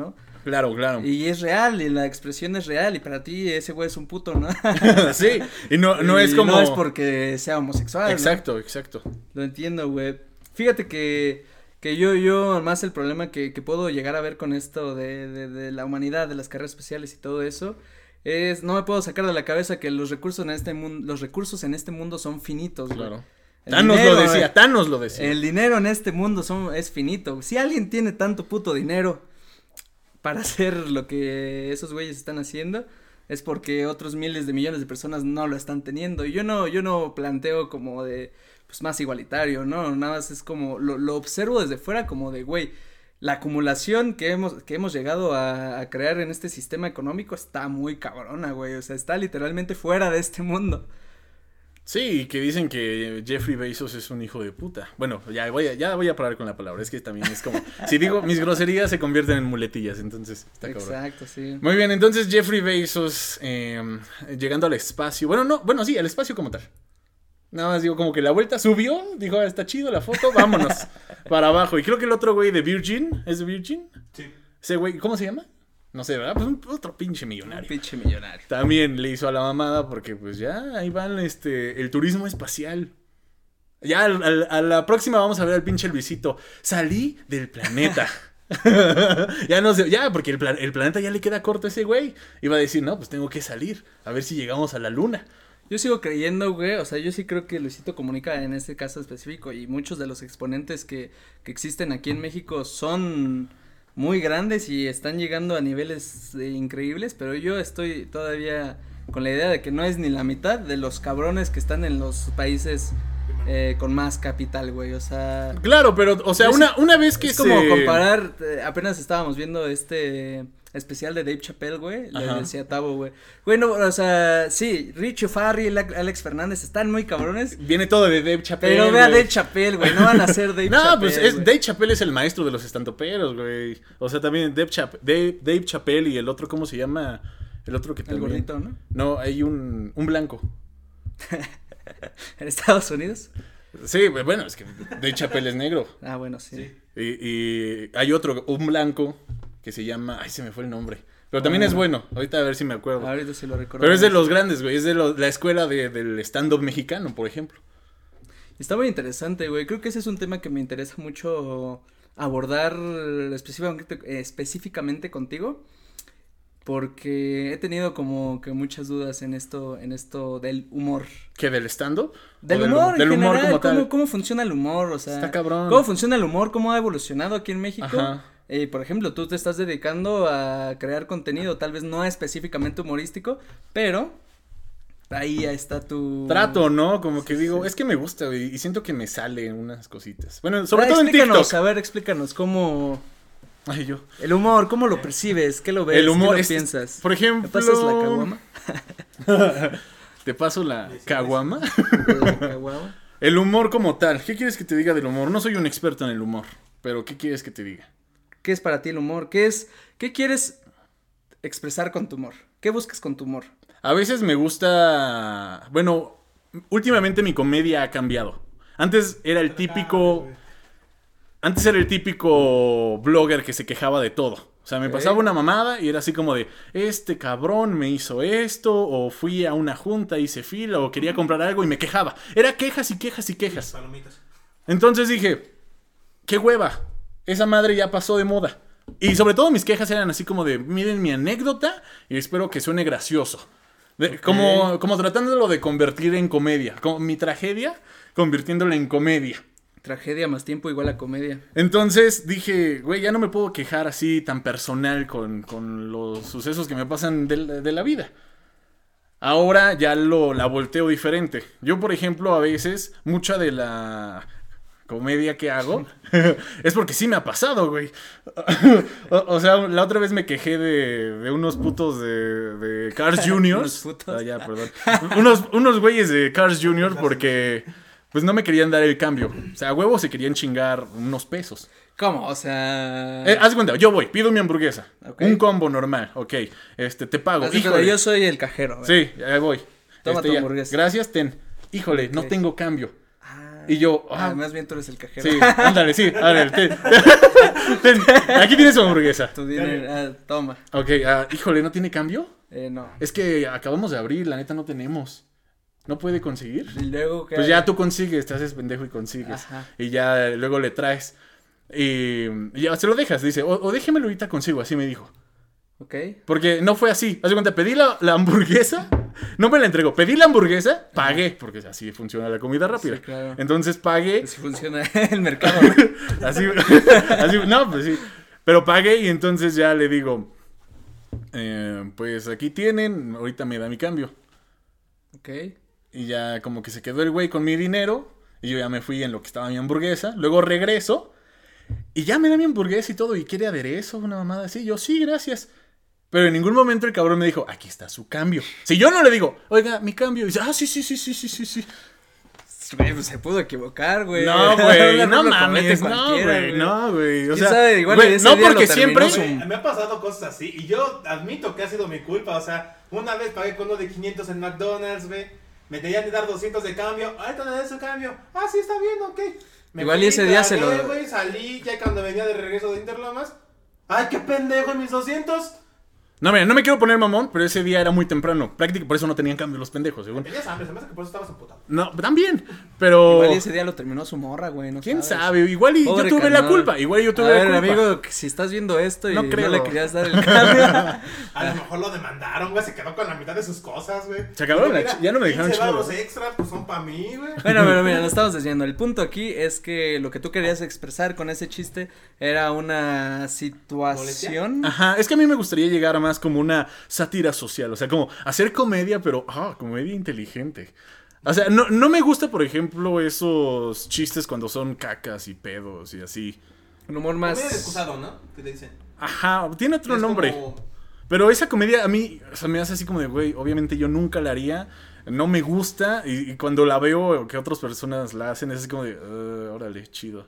Claro, claro. Y es real, y la expresión es real, y para ti ese güey es un puto, ¿no? Sí, y no, no y es como... no es porque sea homosexual, Exacto, ¿no? exacto. Lo entiendo, güey. Fíjate que, que yo, yo, más el problema que, que puedo llegar a ver con esto de, de, de la humanidad, de las carreras especiales y todo eso, es, no me puedo sacar de la cabeza que los recursos en este mundo, los recursos en este mundo son finitos, güey. Claro. El Thanos dinero, lo decía, güey. Thanos lo decía. El dinero en este mundo son, es finito. Si alguien tiene tanto puto dinero para hacer lo que esos güeyes están haciendo, es porque otros miles de millones de personas no lo están teniendo. Y yo no, yo no planteo como de, pues más igualitario, ¿no? Nada más es como, lo, lo observo desde fuera como de, güey, la acumulación que hemos, que hemos llegado a, a crear en este sistema económico está muy cabrona, güey. O sea, está literalmente fuera de este mundo. Sí, que dicen que Jeffrey Bezos es un hijo de puta. Bueno, ya voy a, ya voy a parar con la palabra, es que también es como, si digo mis groserías se convierten en muletillas, entonces está cabrón. Exacto, sí. Muy bien, entonces Jeffrey Bezos eh, llegando al espacio, bueno, no, bueno, sí, al espacio como tal. Nada más digo, como que la vuelta subió, dijo, ah, está chido la foto, vámonos para abajo. Y creo que el otro güey de Virgin, ¿es de Virgin? Sí. Ese güey, ¿cómo se llama? No sé, ¿verdad? Pues un, otro pinche millonario. Un pinche millonario. También le hizo a la mamada porque pues ya ahí van este el turismo espacial. Ya al, al, a la próxima vamos a ver al pinche Luisito. Salí del planeta. Ya no sé, ya porque el, plan, el planeta ya le queda corto a ese güey. Iba a decir, no, pues tengo que salir a ver si llegamos a la luna. Yo sigo creyendo, güey, o sea, yo sí creo que Luisito Comunica en este caso específico y muchos de los exponentes que, que existen aquí en México son muy grandes y están llegando a niveles eh, increíbles, pero yo estoy todavía con la idea de que no es ni la mitad de los cabrones que están en los países eh, con más capital, güey, o sea... Claro, pero, o sea, es, una, una vez que es se... como comparar, eh, apenas estábamos viendo este... especial de Dave Chappelle, güey, le Ajá. decía Tavo, güey. Güey, no, o sea, sí, Richo Farri, Alex Fernández están muy cabrones. Viene todo de Dave Chappelle. Pero ve a güey. Dave Chappelle, güey, no van a ser Dave no, Chappelle. pues es, güey. Dave Chappelle es el maestro de los estandoperos, güey. O sea, también Dave, Chap Dave, Dave Chappelle y el otro, ¿cómo se llama? El otro que El también... gordito, ¿no? No, hay un, un blanco. ¿En Estados Unidos? Sí, bueno, es que Dave Chappelle es negro. Ah, bueno, sí. Sí. Y, y hay otro, un blanco, que se llama... Ay, se me fue el nombre. Pero también Ah. es bueno. Ahorita a ver si me acuerdo. Ahorita sí lo recuerdo. Pero es de los grandes, güey. Es de lo- la escuela de, del stand-up mexicano, por ejemplo. Está muy interesante, güey. Creo que ese es un tema que me interesa mucho abordar específicamente, específicamente contigo. Porque he tenido como que muchas dudas en esto, en esto del humor. ¿Qué, del stand-up? Del ¿O humor, del en humor general, como tal? ¿cómo, cómo funciona el humor? O sea, Está cabrón. ¿cómo funciona el humor? ¿Cómo ha evolucionado aquí en México? Ajá. Eh, por ejemplo, tú te estás dedicando a crear contenido, tal vez no específicamente humorístico, pero ahí está tu... Trato, ¿no? Como que Sí, digo, sí. es que me gusta, güey. Y siento que me salen unas cositas. Bueno, sobre Ah, todo en explícanos, TikTok. a ver, explícanos, ¿cómo... Ay, yo. El humor, ¿cómo lo percibes? ¿Qué lo ves? El humor ¿Qué lo es- piensas? Por ejemplo... ¿Me pasas la caguama? ¿Te paso la caguama? ¿La caguama? El humor como tal. ¿Qué quieres que te diga del humor? No soy un experto en el humor, pero ¿qué quieres que te diga? ¿Qué es para ti el humor? ¿Qué es, qué quieres expresar con tu humor? ¿Qué buscas con tu humor? A veces me gusta... Bueno, últimamente mi comedia ha cambiado. Antes era el típico... Antes era el típico blogger que se quejaba de todo. O sea, me Ok. pasaba una mamada y era así como de, este cabrón me hizo esto, o fui a una junta, hice fila, o quería comprar algo y me quejaba. Era quejas y quejas y quejas. Palomitas. Entonces dije, qué hueva, esa madre ya pasó de moda. Y sobre todo mis quejas eran así como de, miren mi anécdota y espero que suene gracioso. De- Ok. como, como tratándolo de convertir en comedia. Como mi tragedia, convirtiéndola en comedia. Tragedia más tiempo igual a comedia. Entonces dije, güey, ya no me puedo quejar así tan personal con, con los sucesos que me pasan de, la- de la vida. Ahora ya lo la volteo diferente. Yo, por ejemplo, a veces, mucha de la comedia que hago es porque sí me ha pasado, güey. o, o sea, la otra vez me quejé de, de unos putos de, de Cars Unos Juniors. putos. Ah, ya, perdón. unos, unos güeyes de Cars Junior porque pues no me querían dar el cambio. O sea, a huevo se querían chingar unos pesos. ¿Cómo? O sea... Eh, haz de cuenta, yo voy, pido mi hamburguesa. Ok. Un combo normal, ok. Este, te pago. Haz de cuenta, Híjole. yo soy el cajero. güey. Sí, ahí voy. Toma Este, tu ya. hamburguesa. Gracias, ten. Híjole, no Ok. tengo cambio. Ah, Y yo, ah, Ah, más bien tú eres el cajero. sí, ándale, sí, a ver, ten, ten, aquí tienes tu hamburguesa. Tu dinero, ah, toma. Ok, ah, híjole, ¿no tiene cambio? Eh, no. Es que acabamos de abrir, la neta no tenemos. ¿No puede conseguir? Y luego, ¿qué Pues hay? ya tú consigues, te haces pendejo y consigues. Ajá. Y ya luego le traes. Y ya se lo dejas, dice, o, o déjemelo ahorita consigo, así me dijo. Ok. Porque no fue así. Haz de cuenta, pedí la, la hamburguesa, no me la entregó. Pedí la hamburguesa, pagué, porque así funciona la comida rápida. Sí, claro. Entonces pagué. Así funciona el mercado, ¿no? Así, así, no, pues sí. Pero pagué y entonces ya le digo, eh, pues aquí tienen, ahorita me da mi cambio. Ok. Y ya como que se quedó el güey con mi dinero. Y yo ya me fui en lo que estaba mi hamburguesa. Luego regreso. Y ya me da mi hamburguesa y todo. Y quiere aderezo, una mamada así. Yo, sí, gracias. Pero en ningún momento el cabrón me dijo, aquí está su cambio. Si yo no le digo, oiga, mi cambio. Y dice, ah, sí, sí, sí, sí, sí, sí, sí. Güey, pues se pudo equivocar, güey. No, güey, Un no error lo comete mames, no, cualquiera, güey, no, güey. O ¿Quién sea, sabe? Igual güey, ese no día lo porque terminó siempre... su- Güey, me ha pasado cosas así y yo admito que ha sido mi culpa, o sea, una vez pagué con uno de quinientos en McDonald's, güey, me tenían que dar doscientos de cambio, ahorita le doy su cambio, ah, sí, está bien, ok. Me Igual fui, y ese día se tragué, lo- güey, salí, ya cuando venía de regreso de Interlomas, ay, qué pendejo, mis doscientos. No, mira, no me quiero poner mamón, pero ese día era muy temprano. Prácticamente por eso no tenían cambio los pendejos, según. Tenías hambre, se me hace que por eso estabas emputado. No, también, pero... Igual y ese día lo terminó su morra, güey. No ¿Quién sabes. sabe? Igual y Pobre yo tuve la carnal. culpa. Igual yo tuve A la ver, culpa. amigo, que si estás viendo esto y No no, creo. le querías dar el cambio. A lo mejor lo demandaron, güey, se quedó con la mitad de sus cosas, güey. Se acabaron la Mira, ch- ya no me dejaron quince chido, varos güey. extra, pues son para mí, güey. Bueno, pero mira, lo estamos diciendo. El punto aquí es que lo que tú querías expresar con ese chiste era una situación. Ajá, es que a mí me gustaría llegar a más como una sátira social, o sea, como hacer comedia, pero, ah, comedia inteligente. O sea, no, no me gusta, por ejemplo, esos chistes cuando son cacas y pedos y así. Un humor Comedia de más. excusado, ¿no? ¿Qué te dicen? Ajá, tiene otro Es nombre. como- Pero esa comedia a mí, o sea, me hace así como de, güey, obviamente yo nunca la haría, no me gusta, y, y cuando la veo que otras personas la hacen, es así como de, "Uh, órale, chido".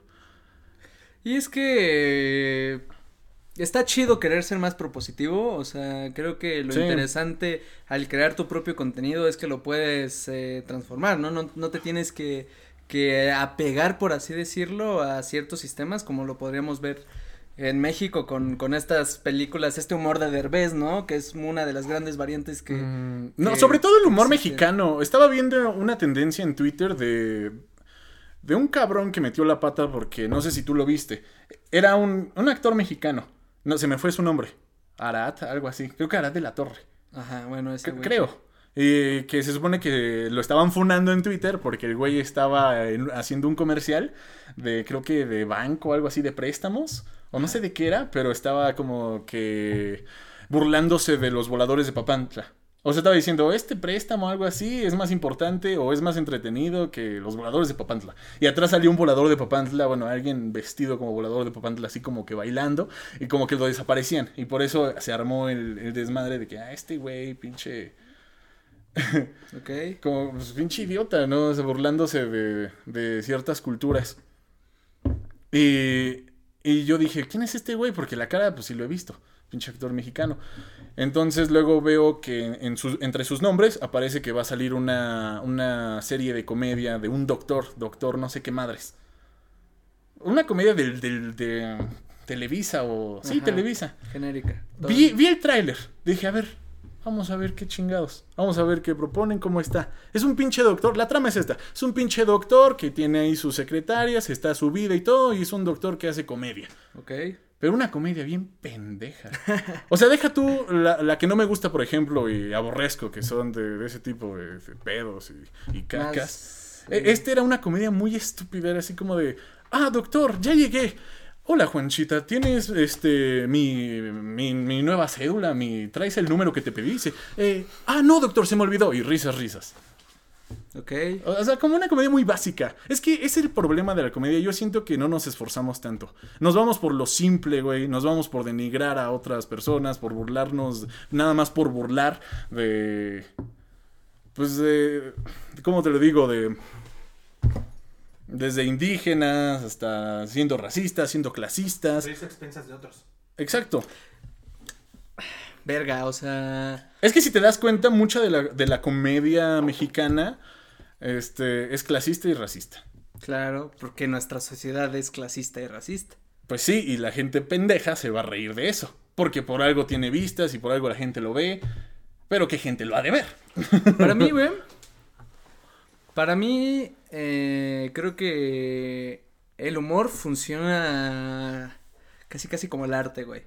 Y es que está chido querer ser más propositivo, o sea, creo que lo Sí. interesante al crear tu propio contenido es que lo puedes eh, transformar, ¿no? ¿no? No te tienes que, que apegar, por así decirlo, a ciertos sistemas, como lo podríamos ver en México con, con estas películas, este humor de Derbez, ¿no? Que es una de las grandes variantes que... Mm, no, que sobre todo el humor existe. mexicano. Estaba viendo una tendencia en Twitter de, de un cabrón que metió la pata porque, no sé si tú lo viste, era un, un actor mexicano. No, se me fue su nombre. Arad, algo así. Creo que Arad de la Torre. Ajá, bueno, ese C- güey. creo. Y que se supone que lo estaban funando en Twitter porque el güey estaba en- haciendo un comercial de, creo que de banco o algo así, de préstamos. O no sé de qué era, pero estaba como que burlándose de los voladores de Papantla. O sea, estaba diciendo, este préstamo o algo así es más importante o es más entretenido que los voladores de Papantla. Y atrás salió un volador de Papantla, bueno, alguien vestido como volador de Papantla, así como que bailando, y como que lo desaparecían. Y por eso se armó el, el desmadre de que, ah, este güey, pinche... Ok. Como, pues, pinche idiota, ¿no? O sea, burlándose de, de ciertas culturas. Y, y yo dije, ¿quién es este güey? Porque la cara, pues sí lo he visto. Pinche actor mexicano. Entonces luego veo que en sus, entre sus nombres aparece que va a salir una, una serie de comedia de un doctor, doctor no sé qué madres. Una comedia del, del, de Televisa o... Sí, Ajá. Televisa. Genérica. Vi, vi el tráiler. Dije, a ver, vamos a ver qué chingados. Vamos a ver qué proponen, cómo está. Es un pinche doctor. La trama es esta. Es un pinche doctor que tiene ahí sus secretarias, está su vida y todo, y es un doctor que hace comedia. Ok. Pero una comedia bien pendeja. O sea, deja tú la, la que no me gusta, por ejemplo, y aborrezco, que son de, de ese tipo de, de pedos y, y cacas. Más, E- Este era una comedia muy estúpida, era así como de, ah, doctor, ya llegué. Hola, Juanchita, ¿tienes este mi, mi, mi nueva cédula? Mi, ¿traes el número que te pedí? Dice, eh, ah, no, doctor, se me olvidó. Y risas, risas. Ok. O sea, como una comedia muy básica. Es que es el problema de la comedia. Yo siento que no nos esforzamos tanto. Nos vamos por lo simple, güey. Nos vamos por denigrar a otras personas, por burlarnos, nada más por burlar de... Pues de... ¿Cómo te lo digo? De... Desde indígenas hasta siendo racistas, siendo clasistas. Reírse a expensas de otros. Exacto. Verga, o sea... Es que si te das cuenta, mucha de la, de la comedia mexicana este, es clasista y racista. Claro, porque nuestra sociedad es clasista y racista. Pues sí, y la gente pendeja se va a reír de eso. Porque por algo tiene vistas y por algo la gente lo ve. Pero ¿qué gente lo ha de ver? Para mí, güey. Para mí, eh, creo que el humor funciona casi casi como el arte, güey.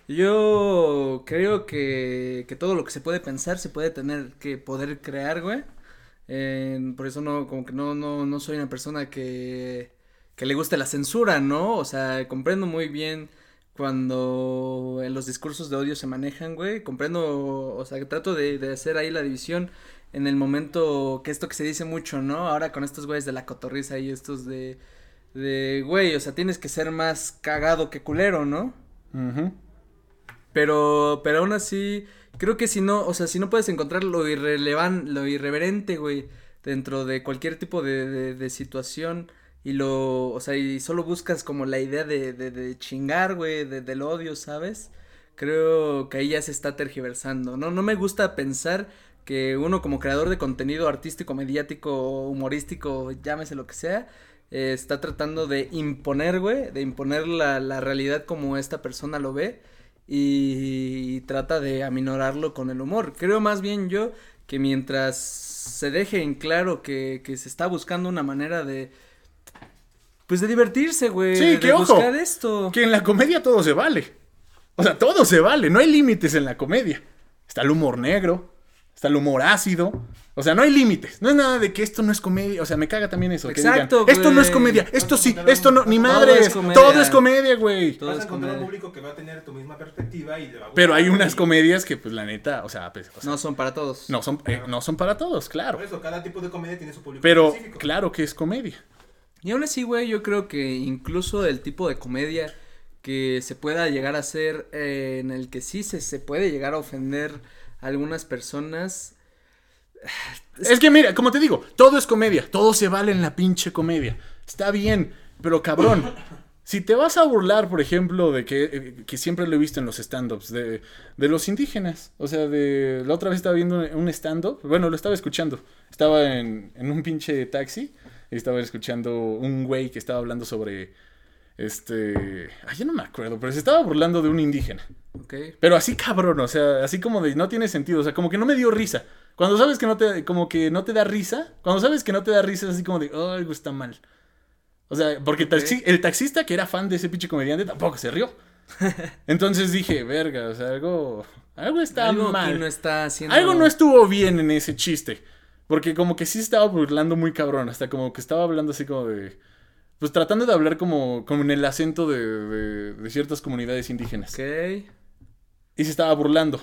Yo creo que, que todo lo que se puede pensar se puede tener que poder crear, güey. Eh, por eso no, como que no, no, no soy una persona que, que le guste la censura, ¿no? O sea, comprendo muy bien cuando en los discursos de odio se manejan, güey. Comprendo, o sea, que trato de, de hacer ahí la división en el momento que esto que se dice mucho, ¿no? Ahora con estos güeyes de la cotorriza y estos de, de, güey, o sea, tienes que ser más cagado que culero, ¿no? Uh-huh. Pero, pero aún así, creo que si no, o sea, si no puedes encontrar lo irrelevante, lo irreverente, güey, dentro de cualquier tipo de, de, de situación y lo, o sea, y solo buscas como la idea de, de, de chingar, güey, de, del odio, ¿sabes? Creo que ahí ya se está tergiversando, ¿no? No me gusta pensar que uno como creador de contenido artístico, mediático, humorístico, llámese lo que sea, eh, está tratando de imponer, güey, de imponer la, la realidad como esta persona lo ve. Y trata de aminorarlo con el humor. Creo más bien yo que mientras se deje en claro que, que se está buscando una manera de, pues de divertirse, güey. Sí, de, que de ojo, buscar esto. Que en la comedia todo se vale. O sea, todo se vale, no hay límites en la comedia. Está el humor negro, está el humor ácido. O sea, no hay límites. No es nada de que esto no es comedia. O sea, me caga también eso. Exacto, que digan, esto no es güey. comedia. Esto sí, Todo esto no, ni es madres. comedia. Todo es comedia, güey. Todo Vas es a encontrar un comedia. público que va a tener tu misma perspectiva y le va a gustar. Pero hay unas y- comedias que, pues, la neta, o sea, pues, o sea, No son para todos. no son, eh, no son para todos, claro. Por eso, cada tipo de comedia tiene su público Pero específico. claro que es comedia. Y aún así, güey, yo creo que incluso el tipo de comedia que se pueda llegar a hacer, eh, en el que sí se, se puede llegar a ofender a algunas personas. Es que mira, como te digo, todo es comedia, todo se vale en la pinche comedia. Está bien, pero cabrón, si te vas a burlar, por ejemplo, de que, eh, que siempre lo he visto en los stand-ups, de, de los indígenas, o sea, de la otra vez estaba viendo un stand-up, bueno, lo estaba escuchando, estaba en, en un pinche taxi y estaba escuchando un güey que estaba hablando sobre, este, ay, yo no me acuerdo, pero se estaba burlando de un indígena. Ok. Pero así cabrón, o sea, así como de no tiene sentido, o sea, como que no me dio risa. Cuando sabes que no te, como que no te da risa, cuando sabes que no te da risa es así como de, oh, algo está mal. O sea, porque Ok. taxi- el taxista que era fan de ese pinche comediante tampoco se rió. Entonces dije, verga, o sea, algo, algo está Algo mal. aquí no está haciendo. Algo no estuvo bien en ese chiste. Porque como que sí se estaba burlando muy cabrón, hasta como que estaba hablando así como de... Pues tratando de hablar como, como en el acento de, de, de ciertas comunidades indígenas. Ok. Y se estaba burlando.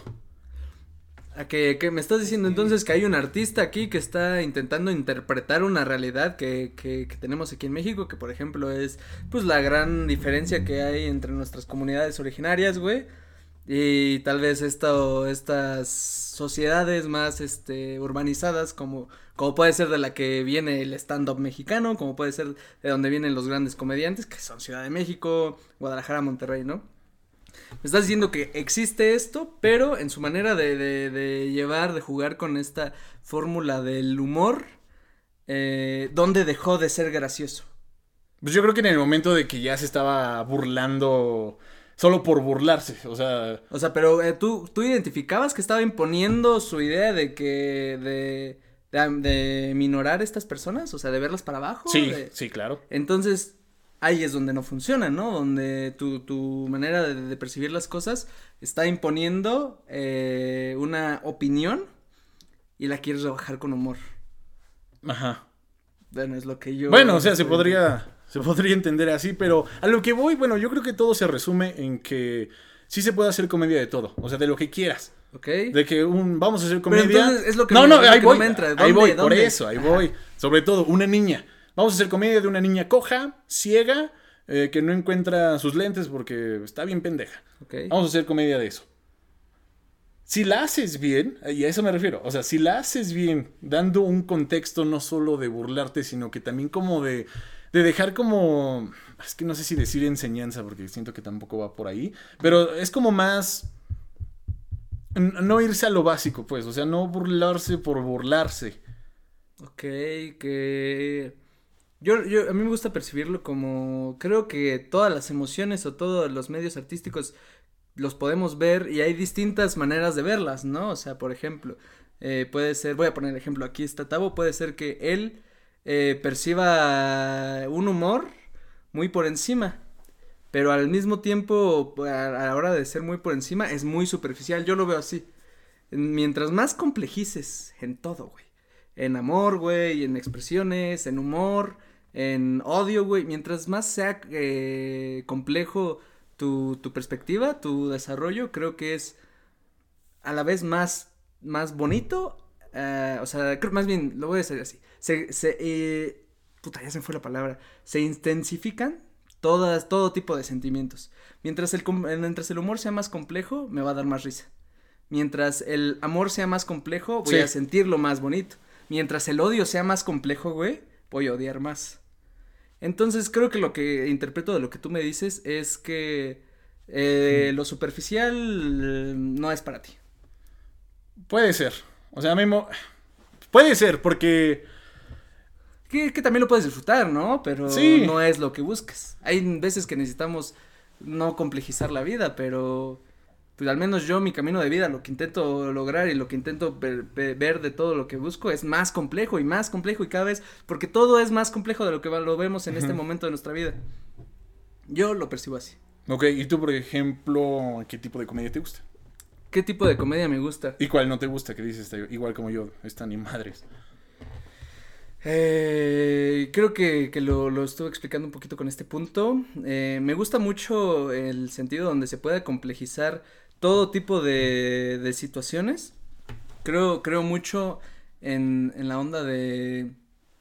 ¿A que, que me estás diciendo entonces que hay un artista aquí que está intentando interpretar una realidad que, que, que tenemos aquí en México, que por ejemplo es pues la gran diferencia que hay entre nuestras comunidades originarias, güey, y tal vez esto, estas sociedades más este urbanizadas como, como puede ser de la que viene el stand-up mexicano, como puede ser de donde vienen los grandes comediantes, que son Ciudad de México, Guadalajara, Monterrey, ¿no? Me estás diciendo que existe esto, pero en su manera de, de, de llevar, de jugar con esta fórmula del humor, eh, ¿dónde dejó de ser gracioso? Pues yo creo que en el momento de que ya se estaba burlando solo por burlarse, o sea, O sea, pero eh, ¿tú, tú identificabas que estaba imponiendo su idea de que, de, de, de minorar estas personas, o sea, de verlas para abajo. sí, de... sí, claro. Entonces, ahí es donde no funciona, ¿no? Donde tu, tu manera de, de percibir las cosas está imponiendo eh, una opinión y la quieres rebajar con humor. Ajá. Bueno, es lo que yo... Bueno, o sea, se estoy- podría, se podría entender así, pero a lo que voy, bueno, yo creo que todo se resume en que sí se puede hacer comedia de todo, o sea, de lo que quieras. ¿Ok? De que un, vamos a hacer Pero comedia. entonces es lo que no, me- no, es lo ahí que no voy. me entra. Ahí ¿Dónde? voy, por ¿Dónde? eso, ahí Ajá. voy. Sobre todo, una niña. Vamos a hacer comedia de una niña coja, ciega, eh, que no encuentra sus lentes porque está bien pendeja. Ok. Vamos a hacer comedia de eso. Si la haces bien, y a eso me refiero, o sea, si la haces bien, dando un contexto no solo de burlarte, sino que también como de, de dejar como, es que no sé si decir enseñanza, porque siento que tampoco va por ahí, pero es como más, n- no irse a lo básico, pues, o sea, no burlarse por burlarse. Ok, que... Yo, yo, a mí me gusta percibirlo como, creo que todas las emociones o todos los medios artísticos los podemos ver y hay distintas maneras de verlas, ¿no? O sea, por ejemplo, eh, puede ser, voy a poner ejemplo, aquí está Tavo, puede ser que él eh, perciba un humor muy por encima, pero al mismo tiempo, a, a la hora de ser muy por encima, es muy superficial, yo lo veo así. Mientras más complejices en todo, güey, en amor, güey, en expresiones, en humor, en odio, güey, mientras más sea eh, complejo tu, tu perspectiva, tu desarrollo, creo que es a la vez más, más bonito, uh, o sea, creo, más bien, lo voy a decir así, se, se, eh, puta, ya se me fue la palabra, se intensifican todas, todo tipo de sentimientos, mientras el, mientras el humor sea más complejo, me va a dar más risa, mientras el amor sea más complejo, voy sí. a sentirlo más bonito, mientras el odio sea más complejo, güey, voy a odiar más. Entonces creo que lo que interpreto de lo que tú me dices es que eh, lo superficial eh, no es para ti. Puede ser, o sea, mismo, puede ser porque... Que, que también lo puedes disfrutar, ¿no? Pero sí. no es lo que busques. Hay veces que necesitamos no complejizar la vida, pero... pues al menos yo, mi camino de vida, lo que intento lograr y lo que intento ver, ver de todo lo que busco es más complejo y más complejo y cada vez, porque todo es más complejo de lo que lo vemos en uh-huh. este momento de nuestra vida. Yo lo percibo así. Ok, ¿y tú, por ejemplo, qué tipo de comedia te gusta? ¿Qué tipo de comedia me gusta? ¿Y cuál no te gusta? Que dices, igual como yo, esta ni madres. Eh, creo que, que lo, lo estuve explicando un poquito con este punto. Eh, me gusta mucho el sentido donde se puede complejizar todo tipo de, de situaciones. Creo, creo mucho en, en la onda de,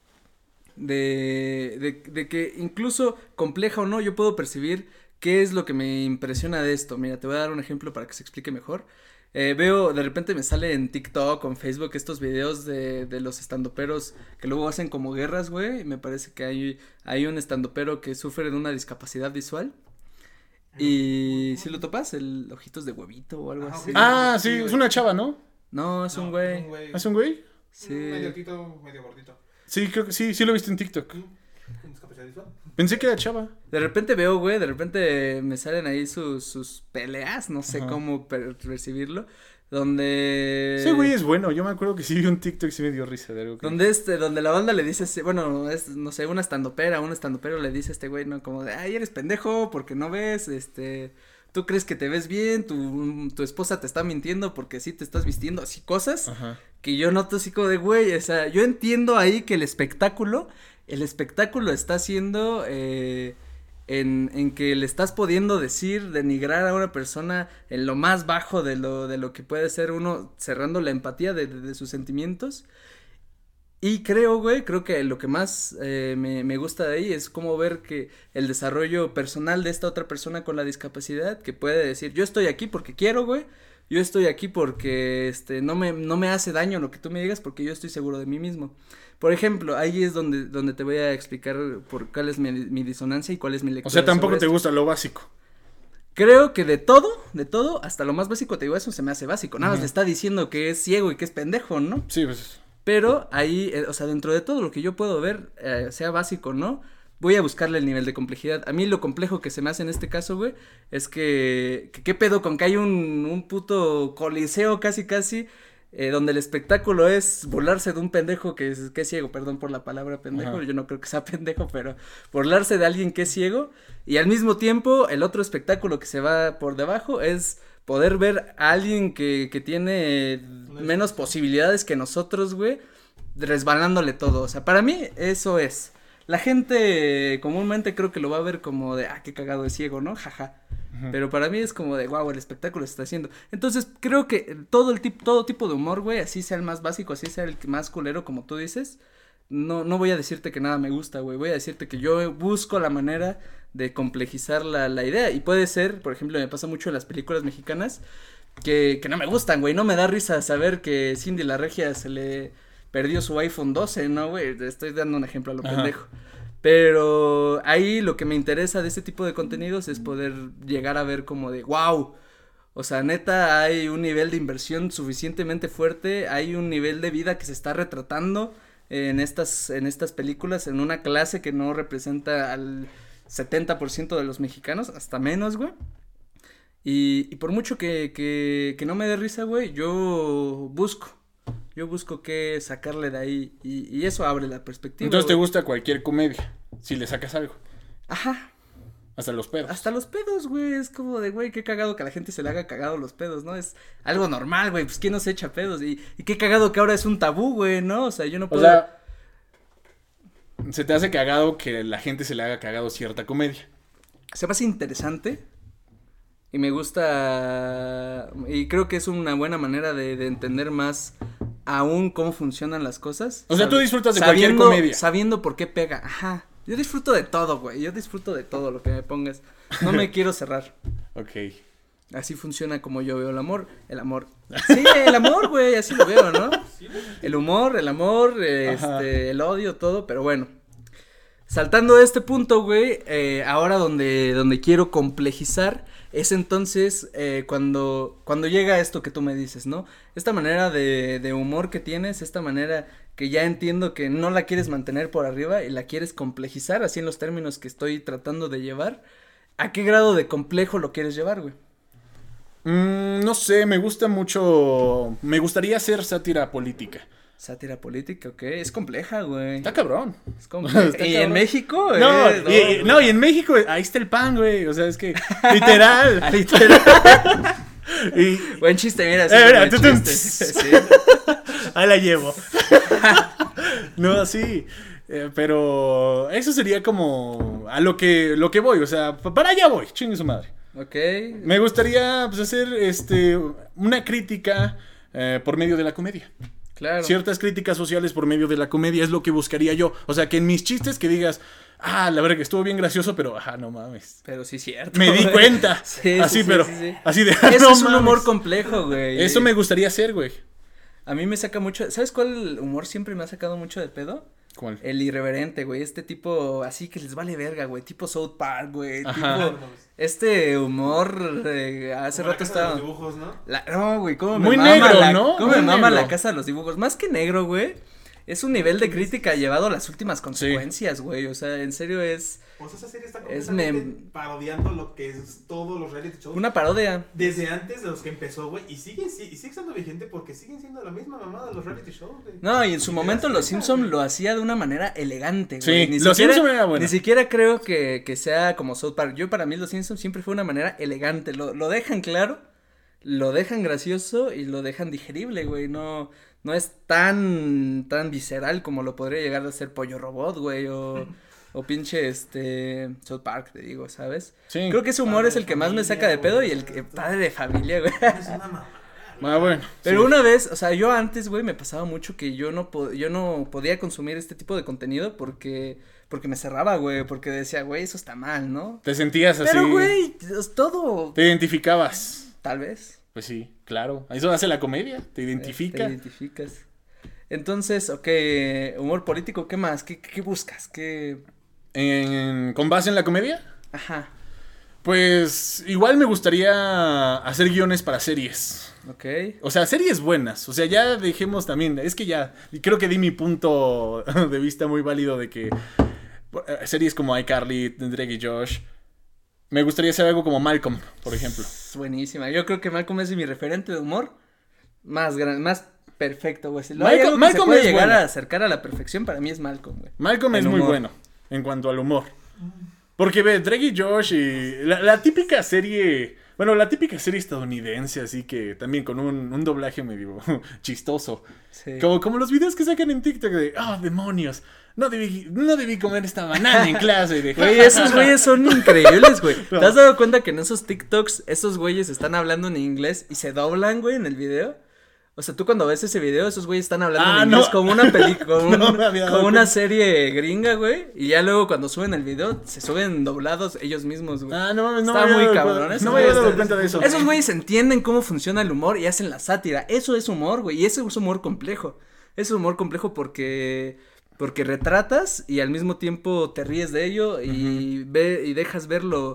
de, de, de que incluso compleja o no, yo puedo percibir qué es lo que me impresiona de esto. Mira, te voy a dar un ejemplo para que se explique mejor. Eh, veo, de repente me sale en TikTok o en Facebook estos videos de, de los estandoperos que luego hacen como guerras, güey. Me parece que hay, hay un estandopero que sufre de una discapacidad visual. Y si lo topas, el ojitos de huevito o algo Ah, así. Ah, sí, es una chava, ¿no? No, es No, un güey. un güey. ¿Es un güey? Sí. Medio tito, medio gordito. Sí, creo que sí, sí lo he visto en TikTok. ¿Con discapacidad visual? Pensé que era chava. De repente veo, güey, de repente me salen ahí sus, sus peleas, no sé Ajá. cómo per percibirlo, donde... Ese güey es bueno, yo me acuerdo que sí vi un TikTok y sí me dio risa de algo que... Donde este, donde la banda le dice, bueno, es, no sé, una estandopera, un estandopero le dice a este güey, ¿no? Como de, ay, eres pendejo, porque no ves, este... Tú crees que te ves bien, tu, tu esposa te está mintiendo porque sí te estás vistiendo, así cosas Ajá. que yo noto así como de, güey, o sea, yo entiendo ahí que el espectáculo, el espectáculo está haciendo eh, en, en que le estás pudiendo decir, denigrar a una persona en lo más bajo de lo, de lo que puede ser uno, cerrando la empatía de, de, de sus sentimientos. Y creo, güey, creo que lo que más eh, me, me gusta de ahí es como ver que el desarrollo personal de esta otra persona con la discapacidad, que puede decir, yo estoy aquí porque quiero, güey, yo estoy aquí porque, este, no me, no me hace daño lo que tú me digas porque yo estoy seguro de mí mismo. Por ejemplo, ahí es donde, donde te voy a explicar por cuál es mi, mi disonancia y cuál es mi lectura. O sea, tampoco te esto. gusta lo básico. Creo que de todo, de todo, hasta lo más básico, te digo, eso se me hace básico. Nada más uh-huh. le está diciendo que es ciego y que es pendejo, ¿no? Sí, pues... Pero ahí, eh, o sea, dentro de todo lo que yo puedo ver, eh, sea básico o no, voy a buscarle el nivel de complejidad. A mí lo complejo que se me hace en este caso, güey, es que, que, ¿qué pedo con que hay un, un puto coliseo casi casi, eh, donde el espectáculo es burlarse de un pendejo que es, que es ciego, perdón por la palabra pendejo, Ajá. yo no creo que sea pendejo, pero burlarse de alguien que es ciego, y al mismo tiempo, el otro espectáculo que se va por debajo es... poder ver a alguien que, que tiene menos posibilidades que nosotros, güey, resbalándole todo. O sea, para mí eso es. La gente comúnmente creo que lo va a ver como de, ah, qué cagado es ciego, ¿no? Jaja. Uh-huh. Pero para mí es como de, wow, el espectáculo se está haciendo. Entonces, creo que todo el tipo, todo tipo de humor, güey, así sea el más básico, así sea el más culero, como tú dices, no, no voy a decirte que nada me gusta, güey. Voy a decirte que yo busco la manera de complejizar la, la idea. Y puede ser, por ejemplo, me pasa mucho en las películas mexicanas que, que no me gustan, güey. No me da risa saber que Cindy la Regia se le perdió su iPhone doce, ¿no, güey? Estoy dando un ejemplo a lo Ajá. pendejo. Pero ahí lo que me interesa de este tipo de contenidos es poder llegar a ver como de, wow. O sea, neta, hay un nivel de inversión suficientemente fuerte, hay un nivel de vida que se está retratando en estas, en estas películas, en una clase que no representa al setenta por ciento de los mexicanos, hasta menos, güey. Y, y por mucho que, que, que no me dé risa, güey, yo busco. Yo busco qué sacarle de ahí y, y eso abre la perspectiva. Entonces te güey. gusta cualquier comedia, si le sacas algo. Ajá. Hasta los pedos. Hasta los pedos, güey, es como de, güey, qué cagado que a la gente se le haga cagado los pedos, ¿no? Es algo normal, güey, pues quién no se echa pedos y, y qué cagado que ahora es un tabú, güey, ¿no? O sea, yo no puedo... O sea, se te hace cagado que la gente se le haga cagado cierta comedia. Se me hace interesante y me gusta y creo que es una buena manera de, de entender más aún cómo funcionan las cosas. O sea, Sab- tú disfrutas de sabiendo, cualquier comedia. Sabiendo por qué pega, ajá. Yo disfruto de todo, güey, yo disfruto de todo lo que me pongas. No me quiero cerrar. Ok. Así funciona como yo veo el amor. El amor. Sí, el amor, güey, así lo veo, ¿no? El humor, el amor, eh, este, el odio, todo, pero bueno. Saltando de este punto, güey, eh, ahora donde, donde quiero complejizar es entonces eh, cuando, cuando llega esto que tú me dices, ¿no? Esta manera de, de humor que tienes, esta manera que ya entiendo que no la quieres mantener por arriba y la quieres complejizar, así en los términos que estoy tratando de llevar. ¿A qué grado de complejo lo quieres llevar, güey? Mm, no sé, me gusta mucho. Me gustaría hacer sátira política. Sátira política, ok, es compleja, güey. Está cabrón. Es compleja. Está ¿Y cabrón. en México? No, eh, y, y- no, y en México, ahí está el pan, güey. O sea, es que, literal. Literal. y, Buen chiste, mira, sí, Eh, mira, buen tú, tú, chiste. tss. Sí. ahí la llevo. no, sí. eh, pero eso sería como a lo que, lo que voy. O sea, pa- para allá voy, chingue su madre. Ok. Me gustaría pues, hacer este una crítica eh, por medio de la comedia. Claro. Ciertas críticas sociales por medio de la comedia es lo que buscaría yo. O sea, que en mis chistes que digas, ah, la verdad que estuvo bien gracioso, pero ajá, no mames. Pero sí es cierto. Me di güey. cuenta. Sí, así, sí, pero, sí, sí, sí. así de. Eso no es un mames. humor complejo, güey. Eso me gustaría hacer, güey. A mí me saca mucho. ¿Sabes cuál humor siempre me ha sacado mucho de pedo? ¿Cuál? El irreverente, güey. Este tipo así que les vale verga, güey. Tipo South Park, güey. Ajá. Tipo. Este humor. eh, hace Como la rato casa de estaba. los dibujos, ¿no? La, no, güey, cómo me Muy mama negro, la, ¿no? cómo Muy me mama negro. la casa de los dibujos. Más que negro, güey, es un nivel de crítica llevado a las últimas consecuencias, güey. O sea, en serio es O sea, esa serie está Es completamente mem- parodiando lo que es todos los reality shows. una parodia. Desde antes de los que empezó, güey, y sigue, sí- y sigue estando vigente porque siguen siendo la misma mamada de los reality shows, güey. No, y en su Y momento te das Los cuenta, Simpson güey. lo hacía de una manera elegante, Sí, güey. Ni Los siquiera- Simpson era bueno. Ni siquiera creo que, que sea como South Park. Yo para mí Los Simpson siempre fue una manera elegante. Lo, lo dejan claro, lo dejan gracioso y lo dejan digerible, güey. No, no es tan, tan visceral como lo podría llegar a ser Pollo Robot, güey, o, o pinche este South Park, te digo, ¿sabes? Sí. Creo que ese humor Padre es el de que más me familia, saca de pedo y güey, el o sea, que todo. padre de familia, güey. Es una mamada. Ah, bueno. Pero sí. una vez, o sea, yo antes, güey, me pasaba mucho que yo no po- yo no podía consumir este tipo de contenido porque porque me cerraba, güey, porque decía, güey, eso está mal, ¿no? Te sentías así. Pero, güey, es todo, Te identificabas. tal vez. Pues sí, claro. Eso hace la comedia. Te eh, identifica. Te identificas. Entonces, ok, humor político, ¿qué más? ¿Qué, qué buscas? ¿Qué? En- ¿Con base en la comedia? Ajá, Pues igual me gustaría hacer guiones para series. ok. O sea, series buenas. O sea, ya dejemos también. Es que ya. Y creo que di mi punto de vista muy válido de que eh, series como iCarly, Drake y Josh. Me gustaría hacer algo como Malcolm, por ejemplo. Es buenísima. Yo creo que Malcolm es mi referente de humor más gran, más perfecto, güey. Si lo hay Malcolm- algo que Malcolm se puede es llegar bueno. a acercar a la perfección, para mí es Malcolm, güey. Malcolm El es muy humor. bueno en cuanto al humor. Porque ve, Drake y Josh y la, la típica serie, bueno, la típica serie estadounidense, así que también con un, un doblaje medio chistoso. Sí. Como, como los videos que sacan en TikTok de, ah, demonios, no debí, no debí comer esta banana en clase. De, Güey, esos güeyes son increíbles, güey. No. ¿Te has dado cuenta que en esos TikToks esos güeyes están hablando en inglés y se doblan, güey, en el video? O sea, tú cuando ves ese video, esos güeyes están hablando Ah, en inglés no. como una película, como, No un- me había dado como una cuenta. serie gringa, güey. Y ya luego cuando suben el video, se suben doblados ellos mismos, güey. Ah, no mames, no Está me había muy dado cabrón, cuenta- esos No me había güeyes dado están- cuenta de eso. Esos güeyes entienden cómo funciona el humor y hacen la sátira. Eso es humor, güey. Y eso es humor complejo. Es humor complejo porque porque retratas y al mismo tiempo te ríes de ello y ve y dejas ver lo,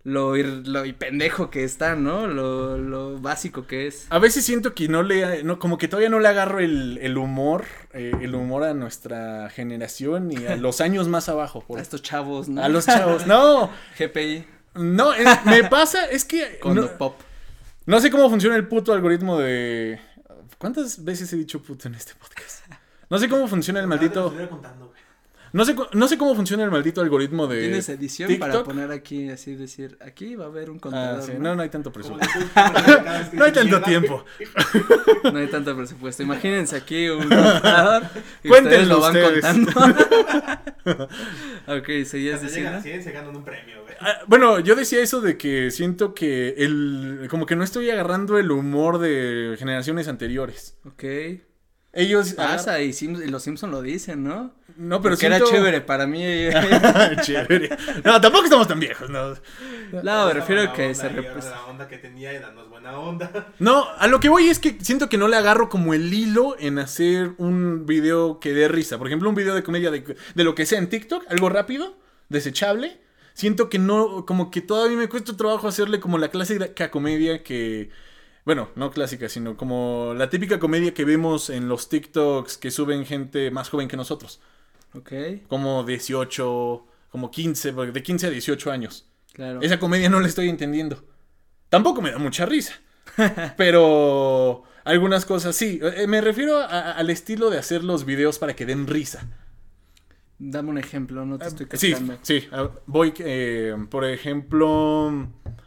lo, ir, lo y pendejo que está, ¿no? Lo, lo básico que es. A veces siento que no le, no, como que todavía no le agarro el, el humor, eh, el humor a nuestra generación y a los años más abajo. Por... A estos chavos, ¿no? A los chavos, no. G P I. No, es, me pasa, es que... Condo no, pop. No sé cómo funciona el puto algoritmo de... ¿Cuántas veces he dicho puto en este podcast? No sé cómo funciona el maldito... No sé, no sé cómo funciona el maldito algoritmo de Tienes edición TikTok. para poner aquí, así decir, aquí va a haber un contador, Ah, sí, ¿no? no, no hay tanto presupuesto. No hay tanto tiempo. No hay tanto presupuesto. Imagínense aquí un contador y Cuéntenlo ustedes lo van ustedes. contando. Ok, seguías Cuando llegan diciendo. a cien se ganan un premio, güey. Ah, bueno, yo decía eso de que siento que el... Como que no estoy agarrando el humor de generaciones anteriores. Ok. Ellos... Pasa y, Sim- y los Simpson lo dicen, ¿no? No, pero que siento... era chévere para mí. Chévere. No, tampoco estamos tan viejos, no. No, me refiero a Estaba que la se onda, y ahora representa. la onda que tenía era no es buena onda. No, a lo que voy es que siento que no le agarro como el hilo en hacer un video que dé risa. Por ejemplo, un video de comedia de, de lo que sea en TikTok, algo rápido, desechable. Siento que no, como que todavía me cuesta trabajo hacerle como la clásica comedia que... Bueno, no clásica, sino como la típica comedia que vemos en los TikToks que suben gente más joven que nosotros. Ok, Como dieciocho, como quince, de quince a dieciocho años. claro. Esa comedia no la estoy entendiendo. Tampoco me da mucha risa. Pero algunas cosas sí. Eh, Me refiero a- a- al estilo de hacer los videos para que den risa. Dame un ejemplo, no te estoy Sí, cachando. sí. ah, Voy, eh, por ejemplo...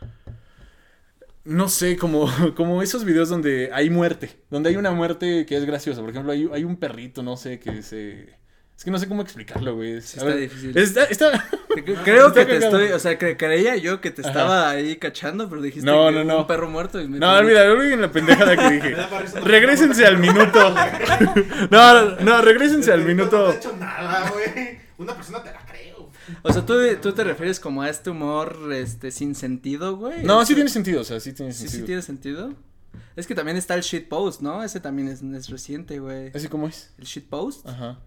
No sé, como, como esos videos donde hay muerte. Donde hay una muerte que es graciosa. Por ejemplo, hay, hay un perrito, no sé, que se... Es que no sé cómo explicarlo, güey. Es- Sí, a está ver, difícil. Está, está... Creo Está que te cagado. estoy, o sea, cre- creía yo que te Ajá. estaba ahí cachando, pero dijiste No, que no, un no. perro muerto y me No, perdí. olvida, olviden la pendejada que dije. Me da para risa una Regrésense persona al muerta. minuto. No, no, regrésense al Es que No minuto. te ha hecho nada, güey. Una persona te la creo. O sea, ¿tú, tú te refieres como a este humor, este, sin sentido, güey. No, Eso- sí tiene sentido, o sea, sí tiene Sí, sentido. sí tiene sentido. Es que también está el shitpost, ¿no? Ese también es, es reciente, güey. ¿Así como es? El shitpost, Ajá.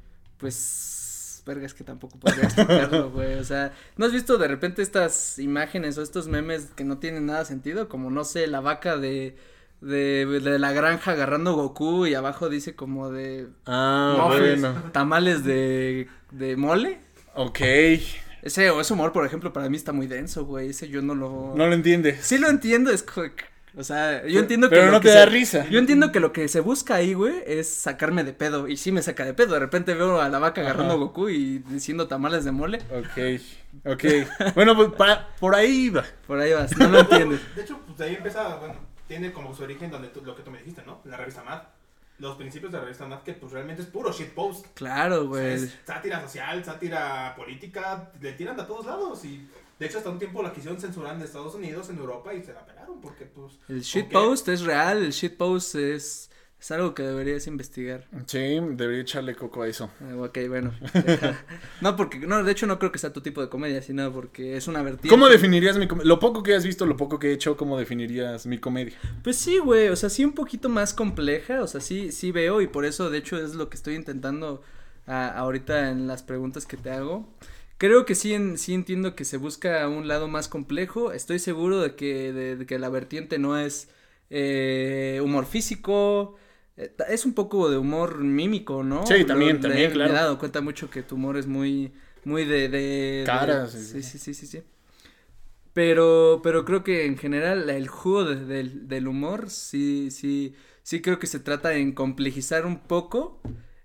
pues, verga, es que tampoco podría explicarlo, güey. O sea, ¿no has visto de repente estas imágenes o estos memes que no tienen nada sentido? Como, no sé, la vaca de, de, de la granja agarrando Goku y abajo dice como de Ah, mofles, bueno. tamales de, de mole. Ok. Ese, o ese humor, por ejemplo, para mí está muy denso, güey. Ese yo no lo... No lo entiendes. Sí lo entiendo, es como que- o sea, yo entiendo que Pero lo no que te da se- risa. Yo entiendo que lo que se busca ahí, güey, es sacarme de pedo, y sí me saca de pedo, de repente veo a la vaca agarrando a Ajá. Goku y diciendo tamales de mole, Ok. Ok. Bueno, pues para, por ahí va. por ahí vas, no lo entiendes. De hecho, pues de ahí empieza, bueno, tiene como su origen donde tú, lo que tú me dijiste, ¿no? La revista Mad. Los principios de la revista Mad que pues realmente es puro shitpost. Claro, O sea, güey. es sátira social, sátira política, le tiran de todos lados y de hecho hasta un tiempo la quisieron censurar en Estados Unidos, en Europa y se la pelaron porque pues... El ¿con shitpost es real, el shitpost es, es algo que deberías investigar. Sí, debería echarle coco a eso. Eh, ok, bueno. deja- no, porque, no, de hecho no creo que sea tu tipo de comedia, sino porque es una vertiente. ¿Cómo definirías mi comedia? Lo poco que has visto, lo poco que he hecho, ¿cómo definirías mi comedia? Pues sí, güey, o sea, sí un poquito más compleja, o sea, sí, sí veo y por eso de hecho es lo que estoy intentando ah, ahorita en las preguntas que te hago. Creo que sí, en, sí entiendo que se busca un lado más complejo, estoy seguro de que, de, de que la vertiente no es eh, humor físico, eh, es un poco de humor mímico, ¿no? Sí, también, Lo- también, le- claro. Me he dado cuenta mucho que tu humor es muy, muy de... de, de- Caras, sí, sí, sí, sí, sí, sí. Pero, pero creo que en general el jugo de- del, del humor sí, sí, sí creo que se trata en complejizar un poco.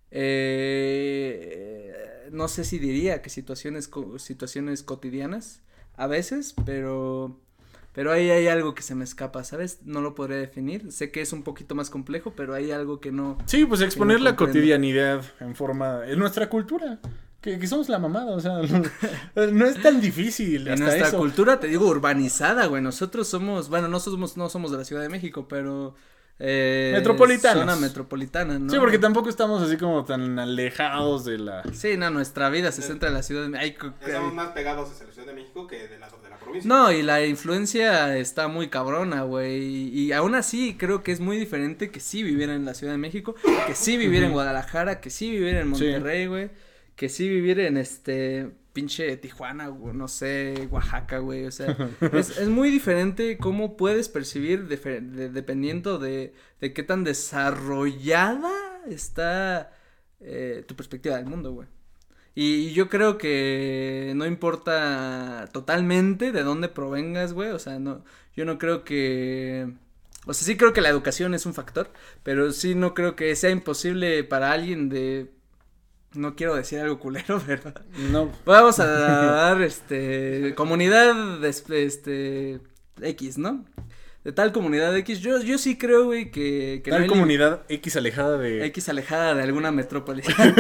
Eh, no sé si diría que situaciones, co- situaciones cotidianas a veces, pero, pero ahí hay algo que se me escapa, ¿sabes? No lo podría definir. Sé que es un poquito más complejo, pero hay algo que no. Sí, pues exponer no la comprendo. cotidianidad en forma... En nuestra cultura. Que, que somos la mamada, o sea, no, no es tan difícil. En Hasta nuestra eso. cultura, te digo, urbanizada, güey. Nosotros somos, bueno, no somos, no somos de la Ciudad de México, pero eh, Metropolitanos. zona metropolitana, ¿no? Sí, porque tampoco estamos así como tan alejados de la... Sí, no, nuestra vida se centra en la Ciudad de México. Estamos más pegados hacia la Ciudad de México que de la, de la provincia. No, y la influencia está muy cabrona, güey. Y, y aún así creo que es muy diferente que sí viviera en la Ciudad de México, que sí viviera en Guadalajara, que sí viviera en Sí. Monterrey, güey. Que sí viviera en este, pinche Tijuana, güey, no sé, Oaxaca, güey, o sea, es, es muy diferente cómo puedes percibir de, de, dependiendo de, de qué tan desarrollada está eh, tu perspectiva del mundo, güey. Y, y yo creo que no importa totalmente de dónde provengas, güey, o sea, no, yo no creo que... O sea, sí creo que la educación es un factor, pero sí no creo que sea imposible para alguien de... No quiero decir algo culero, ¿verdad? No. Vamos a dar, este, comunidad, de, este, X, ¿no? De tal comunidad X, yo, yo sí creo, güey, que, que tal no hay comunidad X alejada de... X alejada de alguna metrópoli.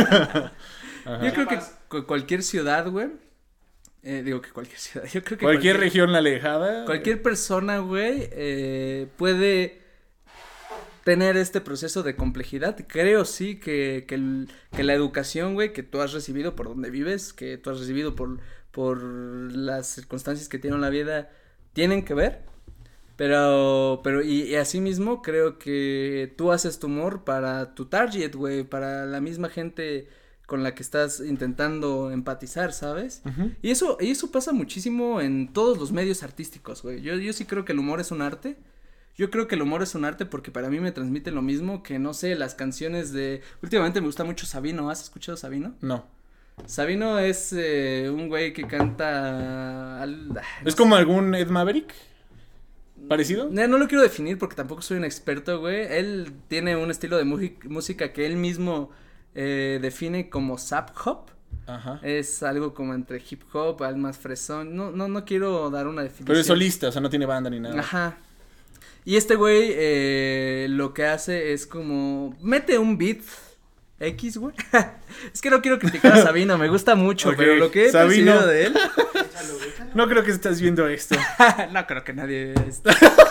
Yo creo que cu- cualquier ciudad, güey, eh, digo que cualquier ciudad, yo creo que cualquier, cualquier región alejada. Cualquier persona, güey, eh, puede... tener este proceso de complejidad. Creo sí que, que, el, que la educación, güey, que tú has recibido por donde vives, que tú has recibido por, por las circunstancias que tiene la vida, tienen que ver. Pero, pero, y, y así mismo creo que tú haces tu humor para tu target, güey, para la misma gente con la que estás intentando empatizar, ¿sabes? Uh-huh. Y eso, y eso pasa muchísimo en todos los medios artísticos, güey. Yo, yo sí creo que el humor es un arte. Yo creo que el humor es un arte porque para mí me transmite lo mismo que, no sé, las canciones de... Últimamente me gusta mucho Sabino, ¿has escuchado Sabino? No. Sabino es eh, un güey que canta... Al... No ¿Es sé. como algún Ed Maverick? ¿Parecido? No, no lo quiero definir porque tampoco soy un experto, güey. Él tiene un estilo de mu- música que él mismo eh, define como Zap Hop. Ajá. Es algo como entre hip hop, al más fresón. No, no, no quiero dar una definición. Pero es solista, o sea, no tiene banda ni nada. Ajá. Y este güey, eh, lo que hace es como, mete un beat X, güey. Es que no quiero criticar a Sabino, me gusta mucho, okay. Pero lo que he Sabino. percibido de él. No creo que estás viendo esto. No creo que nadie esté.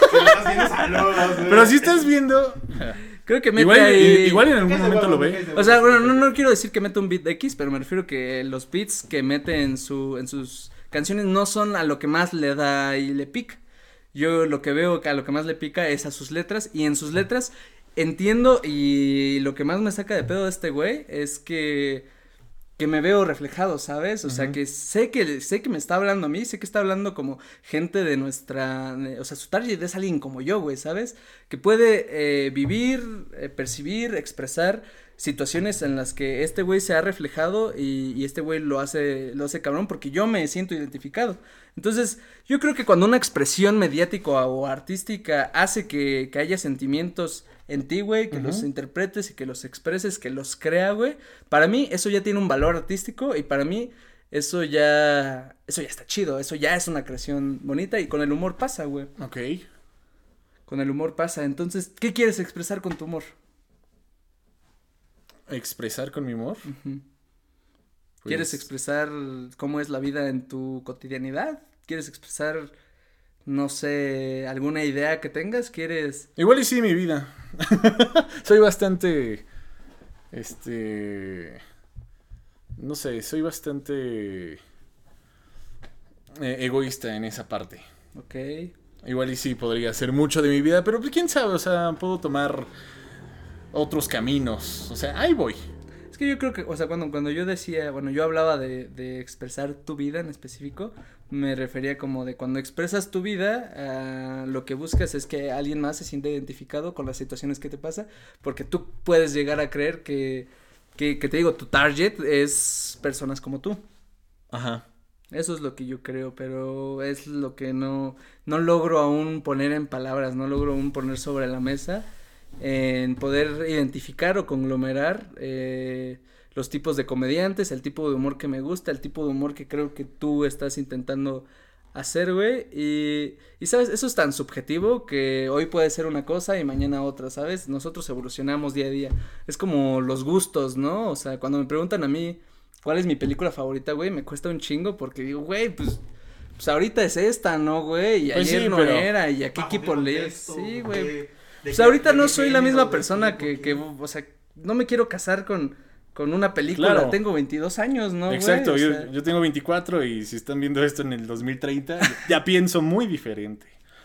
Pero si estás viendo. Creo que mete igual, ahí. Igual en algún momento lo ve. O sea, bueno, no, no quiero decir que mete un beat X, pero me refiero que los beats que mete en su, en sus canciones no son a lo que más le da y le pica. Yo lo que veo que a lo que más le pica es a sus letras, y en sus letras entiendo, y lo que más me saca de pedo de este güey es que, que me veo reflejado, ¿sabes? O uh-huh. sea, que sé que, sé que me está hablando a mí, sé que está hablando como gente de nuestra, o sea, su target es alguien como yo, güey, ¿sabes? Que puede eh, vivir, eh, percibir, expresar situaciones en las que este güey se ha reflejado y, y este güey lo hace, lo hace cabrón porque yo me siento identificado. Entonces, yo creo que cuando una expresión mediática o artística hace que, que haya sentimientos en ti, güey, que uh-huh. los interpretes y que los expreses, que los crea, güey, para mí eso ya tiene un valor artístico y para mí eso ya, eso ya está chido, eso ya es una creación bonita y con el humor pasa, güey. Ok. Con el humor pasa, entonces, ¿qué quieres expresar con tu humor? ¿Expresar con mi humor? Uh-huh. Pues... ¿Quieres expresar cómo es la vida en tu cotidianidad? ¿Quieres expresar, no sé, alguna idea que tengas? ¿Quieres...? Igual y sí, mi vida. Soy bastante, este, no sé, soy bastante eh, egoísta en esa parte. Ok. Igual y sí, podría ser mucho de mi vida, pero pues quién sabe, o sea, puedo tomar otros caminos, o sea, ahí voy. Es que yo creo que, o sea, cuando, cuando yo decía, bueno, yo hablaba de, de expresar tu vida en específico, me refería como de cuando expresas tu vida, uh, lo que buscas es que alguien más se sienta identificado con las situaciones que te pasa, porque tú puedes llegar a creer que, que, que te digo, tu target es personas como tú. Ajá. Eso es lo que yo creo, pero es lo que no, no logro aún poner en palabras, no logro aún poner sobre la mesa, en poder identificar o conglomerar eh, los tipos de comediantes, el tipo de humor que me gusta, el tipo de humor que creo que tú estás intentando hacer, güey, y, y sabes, eso es tan subjetivo que hoy puede ser una cosa y mañana otra, ¿sabes? Nosotros evolucionamos día a día, es como los gustos, ¿no? O sea, cuando me preguntan a mí cuál es mi película favorita, güey, me cuesta un chingo porque digo, güey, pues... Pues ahorita es esta, ¿no, güey? Y pues ayer sí, no pero... era, y aquí equipo leer, sí, güey. Pues ahorita no soy la misma persona que, que, o sea, no me quiero casar con, con una película, claro. Tengo veintidós años, ¿no, güey? Exacto, o yo, sea... yo tengo veinticuatro y si están viendo esto en el dos mil treinta, ya pienso muy diferente.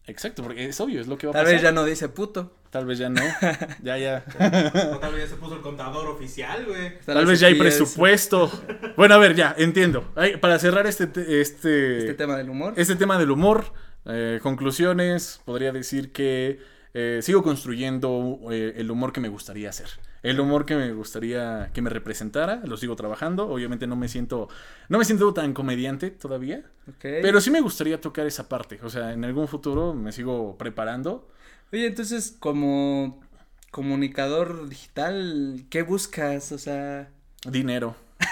Exacto, porque es obvio, es lo que va a Tal pasar. vez ya no dice puto. Tal vez ya no. Ya, ya. O tal vez ya se puso el contador oficial, güey. Hasta Tal la vez ya hay sequía, presupuesto. Bueno, a ver, ya, entiendo. Ay, para cerrar este, te- este, Este tema del humor. este tema del humor, eh, conclusiones, podría decir que eh, sigo construyendo eh, el humor que me gustaría hacer. El humor que me gustaría que me representara, lo sigo trabajando. Obviamente no me siento, no me siento tan comediante todavía, Ok. pero sí me gustaría tocar esa parte. O sea, en algún futuro me sigo preparando. Oye, entonces, como comunicador digital, ¿qué buscas? O sea, Dinero.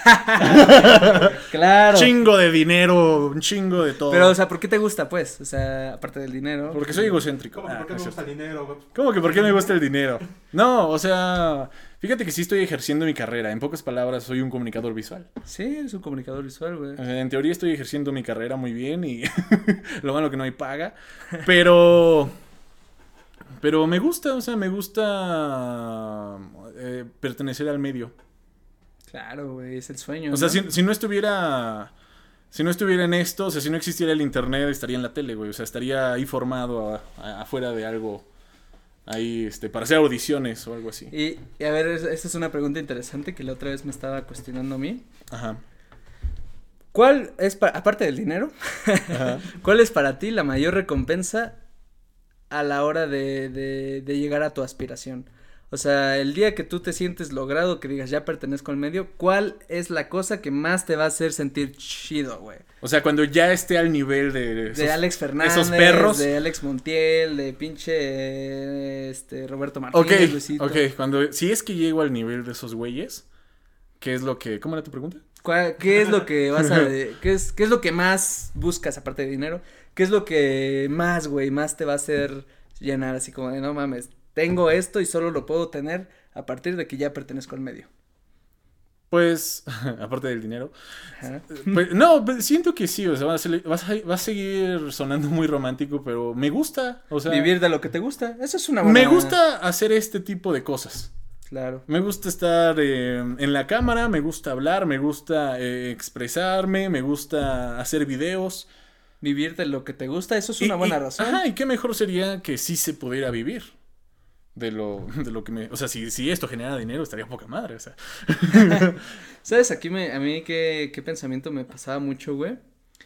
claro. Chingo de dinero, un chingo de todo. Pero, o sea, ¿por qué te gusta, pues? O sea, aparte del dinero. Porque soy egocéntrico. ¿Cómo que Ah, por qué no me es gusta el cierto. dinero, güey? ¿Cómo que por qué me gusta el dinero? No, o sea, fíjate que sí estoy ejerciendo mi carrera. En pocas palabras, soy un comunicador visual. Sí, eres un comunicador visual, güey. O sea, en teoría estoy ejerciendo mi carrera muy bien y lo malo que no hay paga. Pero... Pero me gusta, o sea, me gusta eh, pertenecer al medio. Claro, güey, es el sueño. O sea, ¿no? si, si no estuviera... Si no estuviera en esto, o sea, si no existiera el internet, estaría en la tele, güey. O sea, estaría ahí formado a- a- afuera de algo, ahí, este, para hacer audiciones o algo así. Y, y a ver, es- esta es una pregunta interesante que la otra vez me estaba cuestionando a mí. Ajá. ¿Cuál es, pa- aparte del dinero, Ajá. cuál es para ti la mayor recompensa a la hora de, de, de llegar a tu aspiración? O sea, el día que tú te sientes logrado, que digas, ya pertenezco al medio, ¿cuál es la cosa que más te va a hacer sentir chido, güey? O sea, cuando ya esté al nivel de esos, De Alex Fernández, esos perros. de Alex Montiel, de pinche, eh, este, Roberto Ok, Martínez, Luisito. ok, cuando, si es que llego al nivel de esos güeyes, ¿qué es lo que, cómo era tu pregunta? ¿Cuál- ¿Qué es lo que vas a, de- qué es, qué es lo que más buscas aparte de dinero? ¿Qué es lo que más, güey, más te va a hacer llenar así como de, no mames, tengo esto y solo lo puedo tener a partir de que ya pertenezco al medio? Pues, aparte del dinero, Ajá. pues, no, pues, siento que sí, o sea, va a, ser- va a- va a seguir sonando muy romántico, pero me gusta, o sea, Vivir de lo que te gusta, eso es una buena. me gusta hacer este tipo de cosas. Claro. Me gusta estar eh, en la cámara, me gusta hablar, me gusta eh, expresarme, me gusta hacer videos. Vivir de lo que te gusta, eso es Y- una buena y- razón. Ajá, y qué mejor sería que sí se pudiera vivir de lo, de lo que me... O sea, si, si esto genera dinero, estaría poca madre, o sea. ¿Sabes? Aquí me, a mí qué, qué pensamiento me pasaba mucho, güey.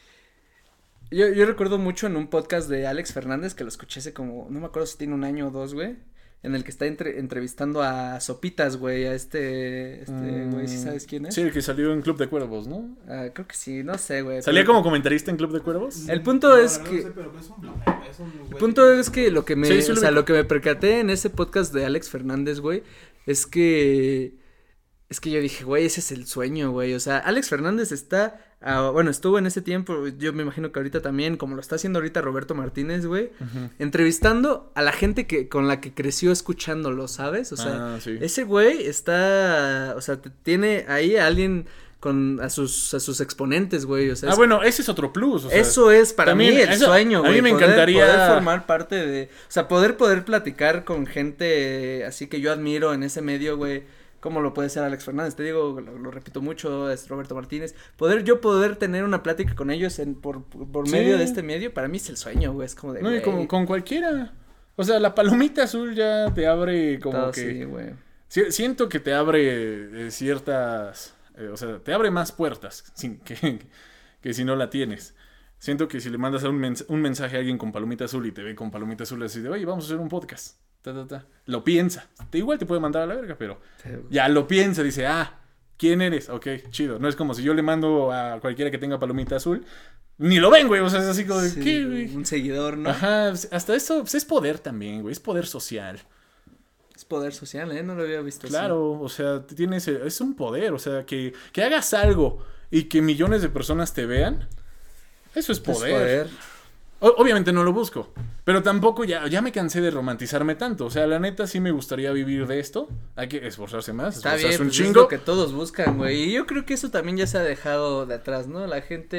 Yo, yo recuerdo mucho en un podcast de Alex Fernández que lo escuché hace como, no me acuerdo si tiene un año o dos, güey. En el que está entre- entrevistando a Sopitas, güey, a este, este, güey, ¿sí sabes quién es? Sí, el que salió en Club de Cuervos, ¿no? Ah, creo que sí, no sé, güey. ¿Salía pero- como comentarista en Club de Cuervos? El punto No, es la verdad que- No sé, pero es un blogger, es un güey El punto es que lo que me, Sí, sí o lo sea, ubico. lo que me percaté en ese podcast de Alex Fernández, güey, es que, es que yo dije, güey, ese es el sueño, güey, o sea, Alex Fernández está, ah, bueno, estuvo en ese tiempo, yo me imagino que ahorita también, como lo está haciendo ahorita Roberto Martínez, güey, Ujú. entrevistando a la gente que, con la que creció escuchándolo, ¿sabes? O sea, Ah, sí. ese güey está, o sea, te- tiene ahí a alguien con, a sus, a sus exponentes, güey, o sea, Ah, es- bueno, ese es otro plus, o sea. eso es para también mí el eso- sueño, a güey. mí me poder- encantaría- Poder formar parte de. O sea, poder poder platicar con gente así que yo admiro en ese medio, güey. Como lo puede ser Alex Fernández, te digo, lo, lo repito mucho, es Roberto Martínez. Poder yo poder tener una plática con ellos en, por, por Sí. medio de este medio, para mí es el sueño, güey. Es como de. No, y güey, como con cualquiera. O sea, la palomita azul ya te abre como todo que... así, güey. Si- siento que te abre eh, ciertas, eh, o sea, te abre más puertas sin que, que si no la tienes. Siento que si le mandas a un, mens- un mensaje a alguien con palomita azul y te ve con palomita azul así de, oye, vamos a hacer un podcast, ta, ta, ta", lo piensa. Te, igual te puede mandar a la verga, pero ya lo piensa, dice, ah, ¿quién eres? Ok, chido. No es como si yo le mando a cualquiera que tenga palomita azul, ni lo ven, güey, o sea, es así como de, Sí, ¿qué, güey? un seguidor, ¿no? Ajá, hasta eso pues, es poder también, güey, es poder social. Es poder social, ¿eh? No lo había visto así. Claro, o sea, tienes, es un poder, o sea, que, que hagas algo y que millones de personas te vean, eso es Es poder. poder. O- obviamente no lo busco, pero tampoco ya, ya me cansé de romantizarme tanto, o sea, la neta sí me gustaría vivir de esto, hay que esforzarse más, Está esforzarse bien, un pues es chingo. lo que todos buscan, güey. Y yo creo que eso también ya se ha dejado de atrás, ¿no? La gente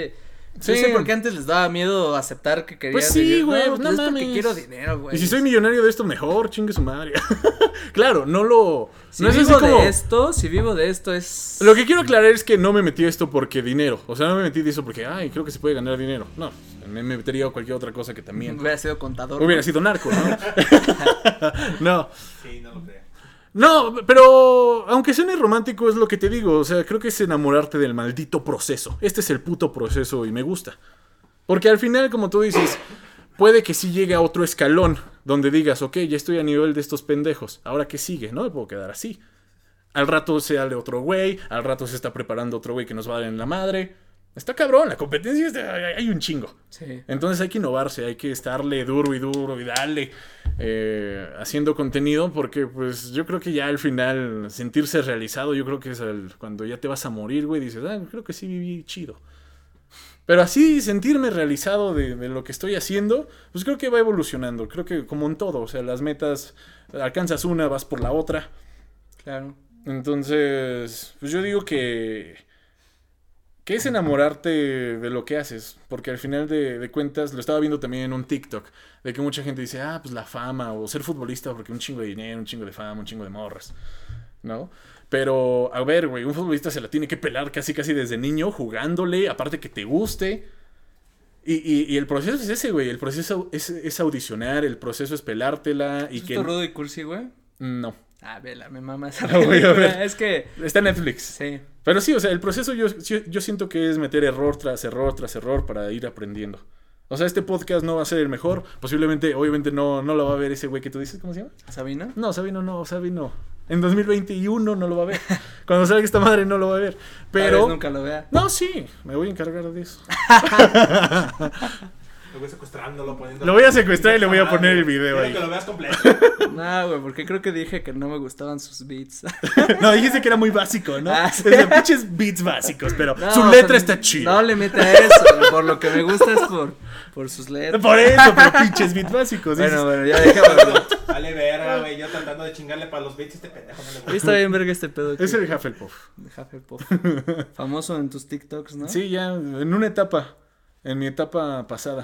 Sí. Yo sé por qué antes les daba miedo aceptar que querían. Pues sí, güey, no, no, pues no es porque mames. quiero dinero, güey. Y si soy millonario de esto, mejor, chingue su madre. Claro, no lo... Si no es vivo así como... de esto, si vivo de esto es... Lo que quiero aclarar es que no me metí a esto porque dinero. O sea, no me metí de eso porque, ay, creo que se puede ganar dinero. No, me metería a cualquier otra cosa que también. Hubiera sido contador. Hubiera ¿no? sido narco, ¿no? No. Sí, no lo creo. No, pero aunque suene romántico es lo que te digo. O sea, creo que es enamorarte del maldito proceso. Este es el puto proceso y me gusta. Porque al final, como tú dices, puede que sí llegue a otro escalón donde digas, ok, ya estoy a nivel de estos pendejos. Ahora, ¿qué sigue? No me puedo quedar así. Al rato se sale otro güey, al rato se está preparando otro güey que nos va a dar en la madre. Está cabrón, la competencia es de, hay un chingo. Sí. Entonces hay que innovarse, hay que estarle duro y duro y darle eh, haciendo contenido porque pues yo creo que ya al final sentirse realizado, yo creo que es el, cuando ya te vas a morir, güey, dices, ah, creo que sí viví chido. Pero así sentirme realizado de, de lo que estoy haciendo, pues creo que va evolucionando, creo que como en todo, o sea, las metas, alcanzas una, vas por la otra. Claro. Entonces, pues yo digo que... que es enamorarte de lo que haces, porque al final de, de cuentas, lo estaba viendo también en un TikTok, de que mucha gente dice, ah, pues la fama, o ser futbolista porque un chingo de dinero, un chingo de fama, un chingo de morras, ¿no? Pero, a ver, güey, un futbolista se la tiene que pelar casi casi desde niño, jugándole, aparte que te guste, y, y, y el proceso es ese, güey, el proceso es, es audicionar, el proceso es pelártela, y ¿Es que... esto rudo y cursi, güey? No. Ah, vela, me mama esa No, voy a ver. película. Es que... Está en Netflix. Sí. Pero sí, o sea, el proceso yo, yo, yo siento que es meter error tras error tras error para ir aprendiendo. O sea, este podcast no va a ser el mejor. Posiblemente, obviamente, no, no lo va a ver ese güey que tú dices. ¿Cómo se llama? ¿Sabina? No, Sabino no, Sabino. En dos mil veintiuno no lo va a ver. Cuando salga esta madre no lo va a ver. Pero... Tal vez nunca lo vea. No, sí, me voy a encargar de eso. Lo voy secuestrándolo, poniendo... Lo voy a secuestrar y le voy a poner el video Quiero ahí. que lo veas completo. No, güey, porque creo que dije que no me gustaban sus beats. No, dijiste que era muy básico, ¿no? Ah, sí. Es de pinches beats básicos, pero No, su o letra sea, está chida. No le meta eso. Por lo que me gusta es por, por sus letras. Por eso, pero pinches beats básicos. Bueno, dices. bueno, ya déjame. Vale, verga, güey. Yo tratando de chingarle para los beats, este pendejo no le gusta. Está bien verga este pedo. Es que- el Hufflepuff. de Hufflepuff. Famoso en tus TikToks, ¿no? Sí, ya, en una etapa. En mi etapa pasada.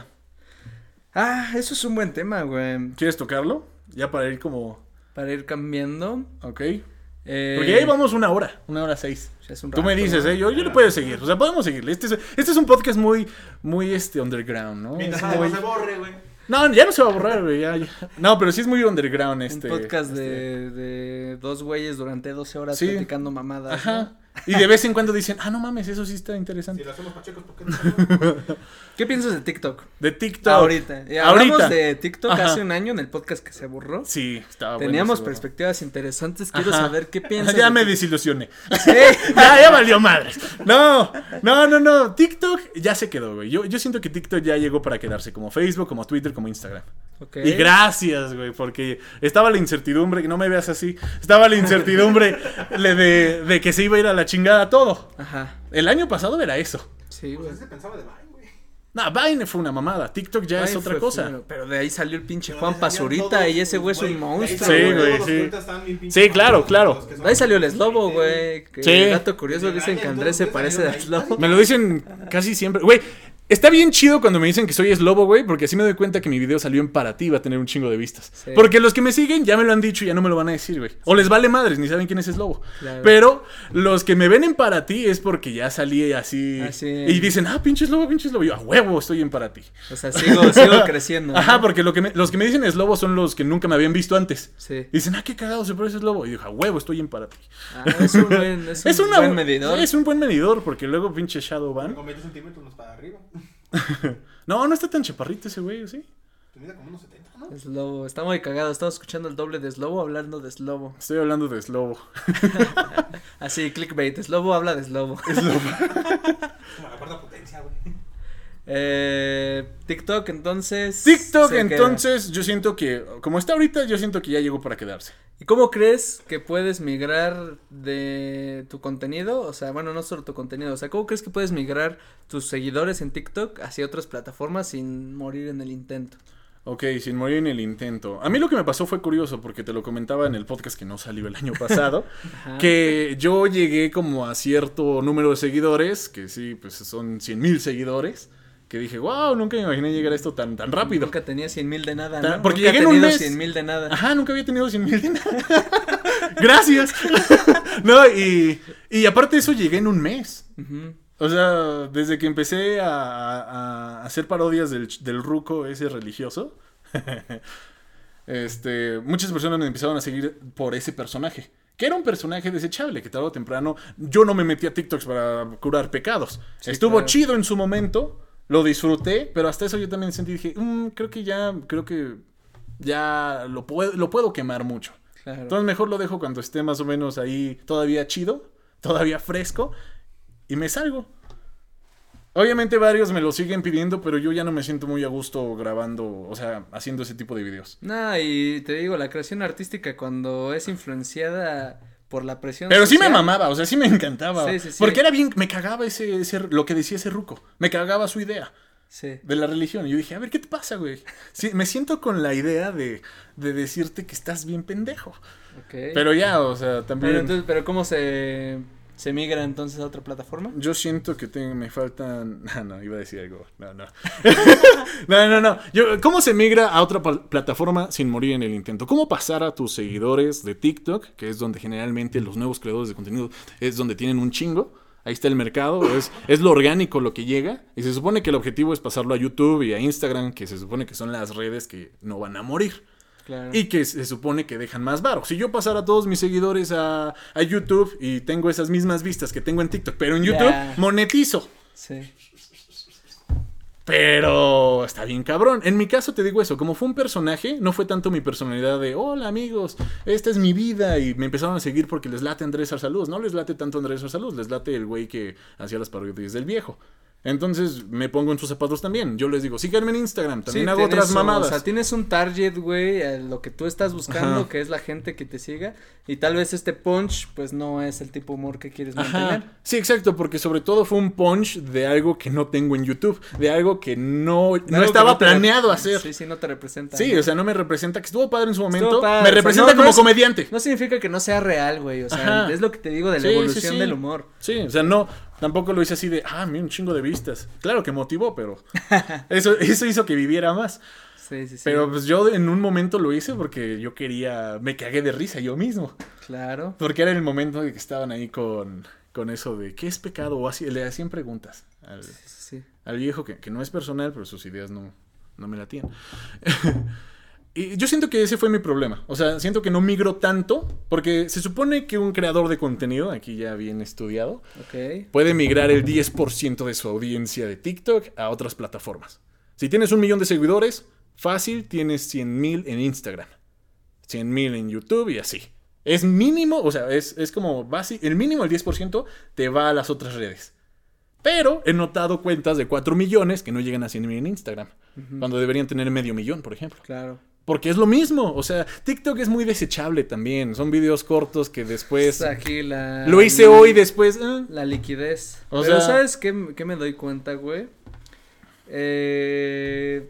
Ah, eso es un buen tema, güey. ¿Quieres tocarlo? Ya para ir como... Para ir cambiando. Ok. Eh, Porque ya llevamos una hora. Una hora seis. ya es un Tú me rato, dices, ¿no? ¿eh? Yo, yo le puedo seguir. O sea, podemos seguirle. Este es, este es un podcast muy, muy, este, underground, ¿no? Mientras Es no muy- se borre, güey. No, ya no se va a borrar, güey. Ya, ya. No, pero sí es muy underground este. Un podcast este- de, de dos güeyes durante doce horas Sí. platicando mamadas. Ajá. Y de vez en cuando dicen, ah, no mames, eso sí está interesante. Si lo hacemos pachecos, ¿por qué no? ¿no? ¿Qué piensas de TikTok? De TikTok. Ahorita. Y hablamos Ahorita. de TikTok Ajá. hace un año en el podcast que se borró. Sí, estaba bueno. Teníamos seguro. perspectivas interesantes. Quiero Ajá. saber qué piensas. Ya de me TikTok. desilusioné. Sí. ya, ya valió madres. No, no, no, no. TikTok ya se quedó, güey. Yo, yo siento que TikTok ya llegó para quedarse, como Facebook, como Twitter, como Instagram. Ok. Y gracias, güey, porque estaba la incertidumbre, que no me veas así, estaba la incertidumbre le de, de que se iba a ir a la chingada todo. Ajá. El año pasado era eso. Sí, güey. Pues ese pensaba de Vine, güey. No, Vine fue una mamada, TikTok ya es Vine otra fue cosa. efímero, pero de ahí salió el pinche Pero Juan le salían Pazurita todos, y ese güey es un monstruo. Sí, ahí güey, todos los sí. que ahorita están bien pinches Sí, claro, famosos, claro. los que son De ahí salió el famosos, Slobo, sí. güey. Que Sí. dato curioso, dicen que Andrés se parece a Slobo. Me lo dicen casi siempre. Güey, está bien chido cuando me dicen que soy Slobo, güey, porque así me doy cuenta que mi video salió en para ti, va a tener un chingo de vistas. Sí. Porque los que me siguen ya me lo han dicho y ya no me lo van a decir, güey. O les vale madres, ni saben quién es Slobo. Claro. Pero los que me ven en para ti es porque ya salí así. Así. Y dicen, ah, pinche Slobo, pinche Slobo. Yo, a huevo, estoy en para ti. O sea, sigo, sigo creciendo. ¿no? Ajá, porque lo que me- los que me dicen Slobo son los que nunca me habían visto antes. Sí. Y dicen, ah, qué cagado, se parece Slobo. Y digo, a huevo, estoy en para ti. Ah, es un buen, es un Es una- buen medidor. Es un buen medidor, porque luego pinche Shadowban. Con veinte centímetros más para arriba. No, no está tan chaparrito ese güey, ¿sí? Te mide como unos setenta, ¿no? Slobo, está muy cagado. Estamos escuchando el doble de Slobo hablando de Slobo. Estoy hablando de Slobo. Así, clickbait. Slobo habla de Slobo. Slobo. Como la cuarta potencia, güey. Eh, TikTok, entonces. TikTok, se queda. entonces, yo siento que, como está ahorita, yo siento que ya llegó para quedarse. ¿Y cómo crees que puedes migrar de tu contenido? O sea, bueno, no solo tu contenido. O sea, ¿cómo crees que puedes migrar tus seguidores en TikTok hacia otras plataformas sin morir en el intento? Ok, sin morir en el intento. A mí lo que me pasó fue curioso, porque te lo comentaba en el podcast que no salió el año pasado, Ajá. que yo llegué como a cierto número de seguidores, que sí, pues son cien mil seguidores. que dije, wow, nunca me imaginé llegar a esto tan, tan rápido. Nunca tenía cien mil de nada, Tan- ¿no? porque Nunca llegué he en un tenido mes. cien mil de nada. Ajá, nunca había tenido cien mil de nada. Gracias. No, y, y aparte de eso llegué en un mes. Ujú. O sea, desde que empecé a, a- a hacer parodias del, del ruco ese religioso, este, muchas personas me empezaron a seguir por ese personaje. Que era un personaje desechable, que tarde o temprano yo no me metí a TikToks para curar pecados. Sí, Estuvo claro. chido en su momento, lo disfruté, pero hasta eso yo también sentí, dije, "Mm, creo que ya, creo que ya lo puedo, lo puedo quemar mucho. Claro. Entonces mejor lo dejo cuando esté más o menos ahí todavía chido, todavía fresco, y me salgo. Obviamente varios me lo siguen pidiendo, pero yo ya no me siento muy a gusto grabando, o sea, haciendo ese tipo de videos. No, y te digo, la creación artística cuando es influenciada por la presión Pero sí me social, mamaba, o sea, sí me encantaba. Sí, sí, sí. Porque era bien, me cagaba ese, ese, lo que decía ese ruco. Me cagaba su idea Sí. de la religión. Y yo dije, a ver, ¿qué te pasa, güey? Sí, me siento con la idea de, de decirte que estás bien pendejo. Ok. Pero ya, o sea, también... Pero entonces, pero ¿cómo se, se migra entonces a otra plataforma? Yo siento que te- me faltan... No, no, iba a decir algo. No, no. no, no, no. Yo, ¿cómo se migra a otra pal- plataforma sin morir en el intento? ¿Cómo pasar a tus seguidores de TikTok, que es donde generalmente los nuevos creadores de contenido es donde tienen un chingo? Ahí está el mercado, es, es lo orgánico lo que llega. Y se supone que el objetivo es pasarlo a YouTube y a Instagram, que se supone que son las redes que no van a morir. Claro. Y que se supone que dejan más varo. Si yo pasara a todos mis seguidores a, a YouTube y tengo esas mismas vistas que tengo en TikTok, pero en YouTube Ya. monetizo. Sí. Pero está bien cabrón. En mi caso te digo eso, como fue un personaje, no fue tanto mi personalidad de, hola amigos, esta es mi vida. Y me empezaron a seguir porque les late Andrés Arsaluz. No les late tanto Andrés Arsaluz, les late el güey que hacía las parodias del viejo. Entonces me pongo en sus zapatos también. Yo les digo, síganme en Instagram, también Sí, hago tienes otras un- mamadas. O sea, tienes un target, güey, a lo que tú estás buscando, Ajá. que es la gente que te siga. Y tal vez este punch, pues no es el tipo de humor que quieres mantener. Ajá. Sí, exacto, porque sobre todo fue un punch de algo que no tengo en YouTube, de algo que no, Algo no que estaba no te planeado rep- hacer. Sí, sí, no te representa. Sí, ¿no? o sea, no me representa, que estuvo padre en su momento, Estuvo padre, me o sea, representa no- no como es- comediante. No significa que no sea real, güey. O sea, Ajá. es lo que te digo de la Sí, sí, evolución sí. del humor. Sí, o sea, no, tampoco lo hice así de, ah, mira, un chingo de vistas. Claro que motivó, pero eso, eso hizo que viviera más. Sí, sí, sí. Pero pues yo en un momento lo hice porque yo quería, me cagué de risa yo mismo. Claro. Porque era el momento de que estaban ahí con, con eso de, ¿qué es pecado? O así, le hacían preguntas al, Sí, sí, sí. al viejo, que, que no es personal, pero sus ideas no, no me latían. Y yo siento que ese fue mi problema. O sea, siento que no migro tanto, porque se supone que un creador de contenido, aquí ya bien estudiado, Ok. puede migrar el diez por ciento de su audiencia de TikTok a otras plataformas. Si tienes un millón de seguidores, fácil, tienes cien mil en Instagram, cien mil en YouTube y así. Es mínimo, o sea, es, es como básico, el mínimo, el diez por ciento, te va a las otras redes. Pero he notado cuentas de cuatro millones que no llegan a cien mil en Instagram, Ujú. cuando deberían tener medio millón, por ejemplo. Claro. Porque es lo mismo, o sea, TikTok es muy desechable también. Son videos cortos que después... Aquí la... Lo hice hoy, después... eh. La liquidez. O Pero sea- ¿sabes qué, qué me doy cuenta, güey? Eh...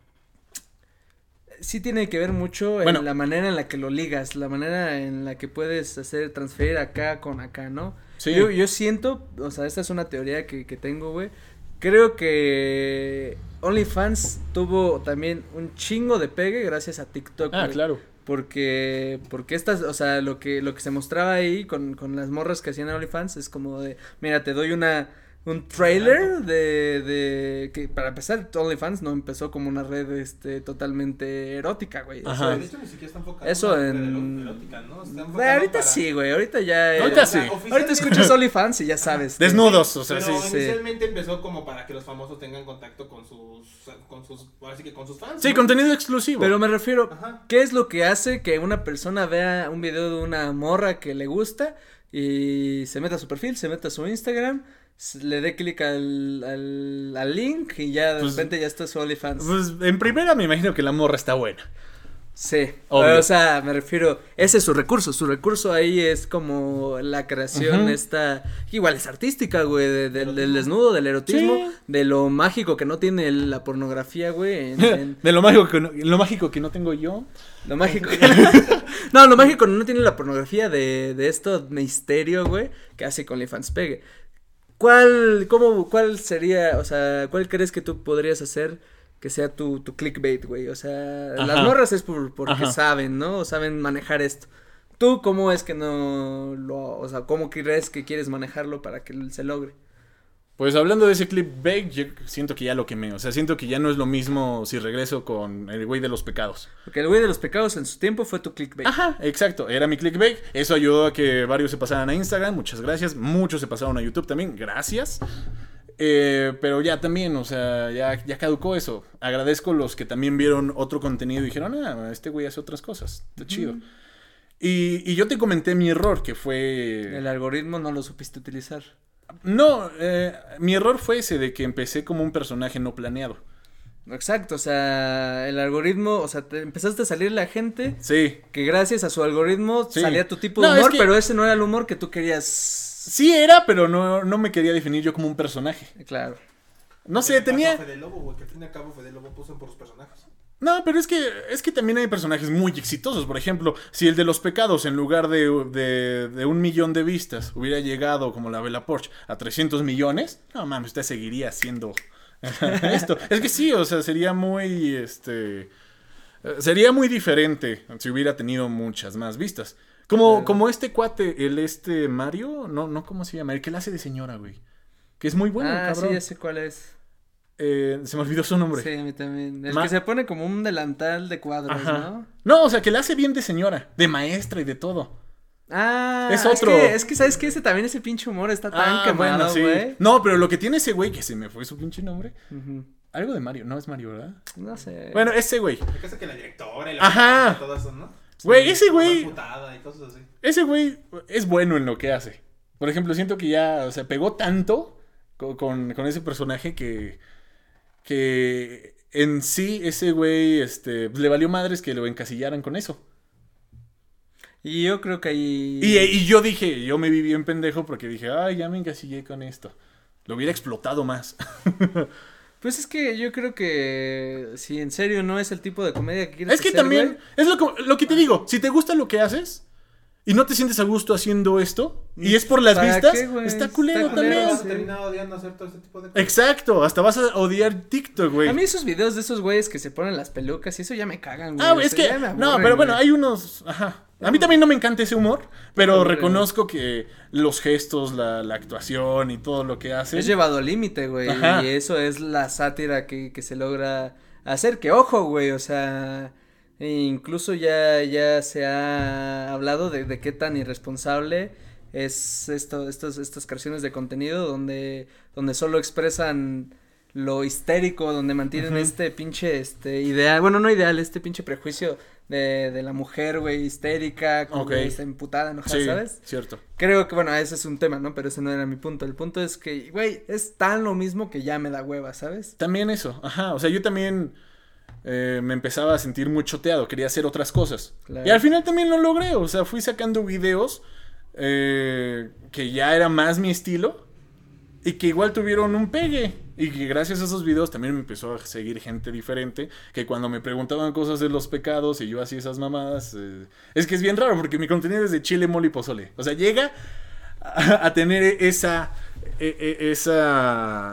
Sí tiene que ver mucho en Bueno. la manera en la que lo ligas, la manera en la que puedes hacer, transferir acá con acá, ¿no? Sí. Yo, yo siento, o sea, esta es una teoría que, que tengo, güey. Creo que OnlyFans tuvo también un chingo de pegue gracias a TikTok, Ah, güey. claro. Porque, porque estas, o sea, lo que, lo que se mostraba ahí con, con las morras que hacían OnlyFans es como de, mira, te doy una, un trailer de, de, que para empezar, OnlyFans no empezó como una red, este, totalmente erótica, güey. o Ajá. sea, De hecho, ni siquiera está enfocado Eso en en- la erótica, ¿no? Está de enfocado ahorita para- sí, güey, ahorita ya. Ahorita eh, sí. Ahorita escuchas OnlyFans y ya sabes. que- Desnudos, o sea, Pero sí. sí. inicialmente empezó como para que los famosos tengan contacto con sus, con sus, ahora sí que con sus fans. Sí, ¿no? contenido exclusivo. Pero me refiero, Ajá. ¿qué es lo que hace que una persona vea un video de una morra que le gusta y se meta a su perfil, se meta a su Instagram, s- le dé clic al, al, al link y ya de Pues- repente ya está su OnlyFans? Pues en primera me imagino que la morra está buena. Sí, Obvio. o sea, me refiero, ese es su recurso, su recurso ahí es como la creación Ujú. esta, igual es artística, güey, de- de- del desnudo, del erotismo, Sí. de lo mágico que no tiene la pornografía, güey, en, en- De lo mágico que no, lo mágico que no tengo yo. lo mágico. No, lo mágico no tiene la pornografía de, de esto misterio, güey, que hace que OnlyFans pegue. ¿cuál, cómo, cuál sería, o sea, cuál crees que tú podrías hacer que sea tu, tu clickbait, güey? O sea, Ajá. las morras es por, porque Ajá. saben, ¿no? O saben manejar esto. ¿Tú cómo es que no lo, o sea, cómo crees que quieres manejarlo para que se logre? Pues hablando de ese clickbait, yo siento que ya lo quemé. O sea, siento que ya no es lo mismo si regreso con el güey de los pecados. Porque el güey de los pecados en su tiempo fue tu clickbait. Ajá, exacto. Era mi clickbait. Eso ayudó a que varios se pasaran a Instagram. Muchas gracias. Muchos se pasaron a YouTube también. Gracias. Eh, pero ya también, o sea, ya, ya caducó eso. Agradezco los que también vieron otro contenido y dijeron, ah, este güey hace otras cosas. Está chido. Mm. Y, y yo te comenté mi error, que fue... El algoritmo no lo supiste utilizar. No, eh, mi error fue ese de que empecé como un personaje no planeado. Exacto, o sea, el algoritmo, o sea, te empezaste a salir la gente Sí. que gracias a su algoritmo Sí. salía tu tipo de No, es humor, que- pero ese no era el humor que tú querías. Sí era, pero no, no me quería definir yo como un personaje. Claro. No sé, Le pasó a tenía... Fede Lobo, güey, que al fin y al cabo Fede Lobo puso por los personajes. No, pero es que es que también hay personajes muy exitosos. Por ejemplo, si el de los pecados, en lugar de, de, de un millón de vistas, hubiera llegado como la Bella Porsche a trescientos millones, no mames, usted seguiría haciendo esto. Es que sí, o sea, sería muy, este, eh, sería muy diferente si hubiera tenido muchas más vistas. Como, Claro. como este cuate, el este Mario, no, no, ¿cómo se llama? El que la hace de señora, güey. Que es muy bueno, ah, cabrón. sí, ya sé cuál es. Eh, se me olvidó su nombre. Sí, a mí también. El Ma- que se pone como un delantal de cuadros, Ajá. ¿no? No, o sea, que la hace bien de señora, de maestra y de todo. Ah, Es otro. que, es que, ¿sabes qué? Ese también, ese pinche humor está tan quemado, sí. güey. No, pero lo que tiene ese güey, que se me fue su pinche nombre. Ujú. Algo de Mario, no es Mario, ¿verdad? No sé. Bueno, ese güey. Me casa que la directora y la Ajá. y todo eso, ¿no? Güey, Sí, ese como güey- emputada y cosas así. Ese güey es bueno en lo que hace. Por ejemplo, siento que ya, o sea, pegó tanto con, con, con ese personaje que. que en sí, ese güey, este, pues, le valió madres que lo encasillaran con eso. Y yo creo que ahí. Y, y yo dije, yo me vi bien pendejo porque dije, ay, ya me encasillé con esto. Lo hubiera explotado más. Pues es que yo creo que si en serio no es el tipo de comedia que quieres Es que hacer, también, güey, es lo que, lo que te digo, si te gusta lo que haces y no te sientes a gusto haciendo esto y es por las ¿para vistas, qué, güey? está culero Está Pero también. vas a sí. terminar odiando hacer todo ese tipo de cosas. Exacto, hasta vas a odiar TikTok, güey. A mí esos videos de esos güeyes que se ponen las pelucas y eso ya me cagan, güey. Ah, o es sea, que, ya me no, aburren, pero bueno, güey. hay unos, ajá. A mí también no me encanta ese humor, pero aburre, reconozco que los gestos, la, la actuación y todo lo que hace. Es llevado al límite, güey. Ajá. Y eso es la sátira que, que se logra hacer. Que ojo, güey, o sea, e incluso ya, ya se ha hablado de, de qué tan irresponsable es esto, estos, estas creaciones de contenido donde, donde solo expresan lo histérico, donde mantienen Ujú. este pinche, este, ideal, bueno, no ideal, este pinche prejuicio de, de la mujer, güey, histérica, como Ok. está emputada, enojada, Sí, ¿sabes? cierto. Creo que, bueno, ese es un tema, ¿no? Pero ese no era mi punto. El punto es que, güey, es tan lo mismo que ya me da hueva, ¿sabes? También eso, ajá, o sea, yo también eh, me empezaba a sentir muy choteado, quería hacer otras cosas. Claro. Y al final también lo logré, o sea, fui sacando videos eh, que ya era más mi estilo y que igual tuvieron un pegue. Y que gracias a esos videos también me empezó a seguir gente diferente, que cuando me preguntaban cosas de los pecados y yo hacía esas mamadas, eh, es que es bien raro porque mi contenido es de chile, mole y pozole. O sea, llega a, a tener esa, e- e- esa,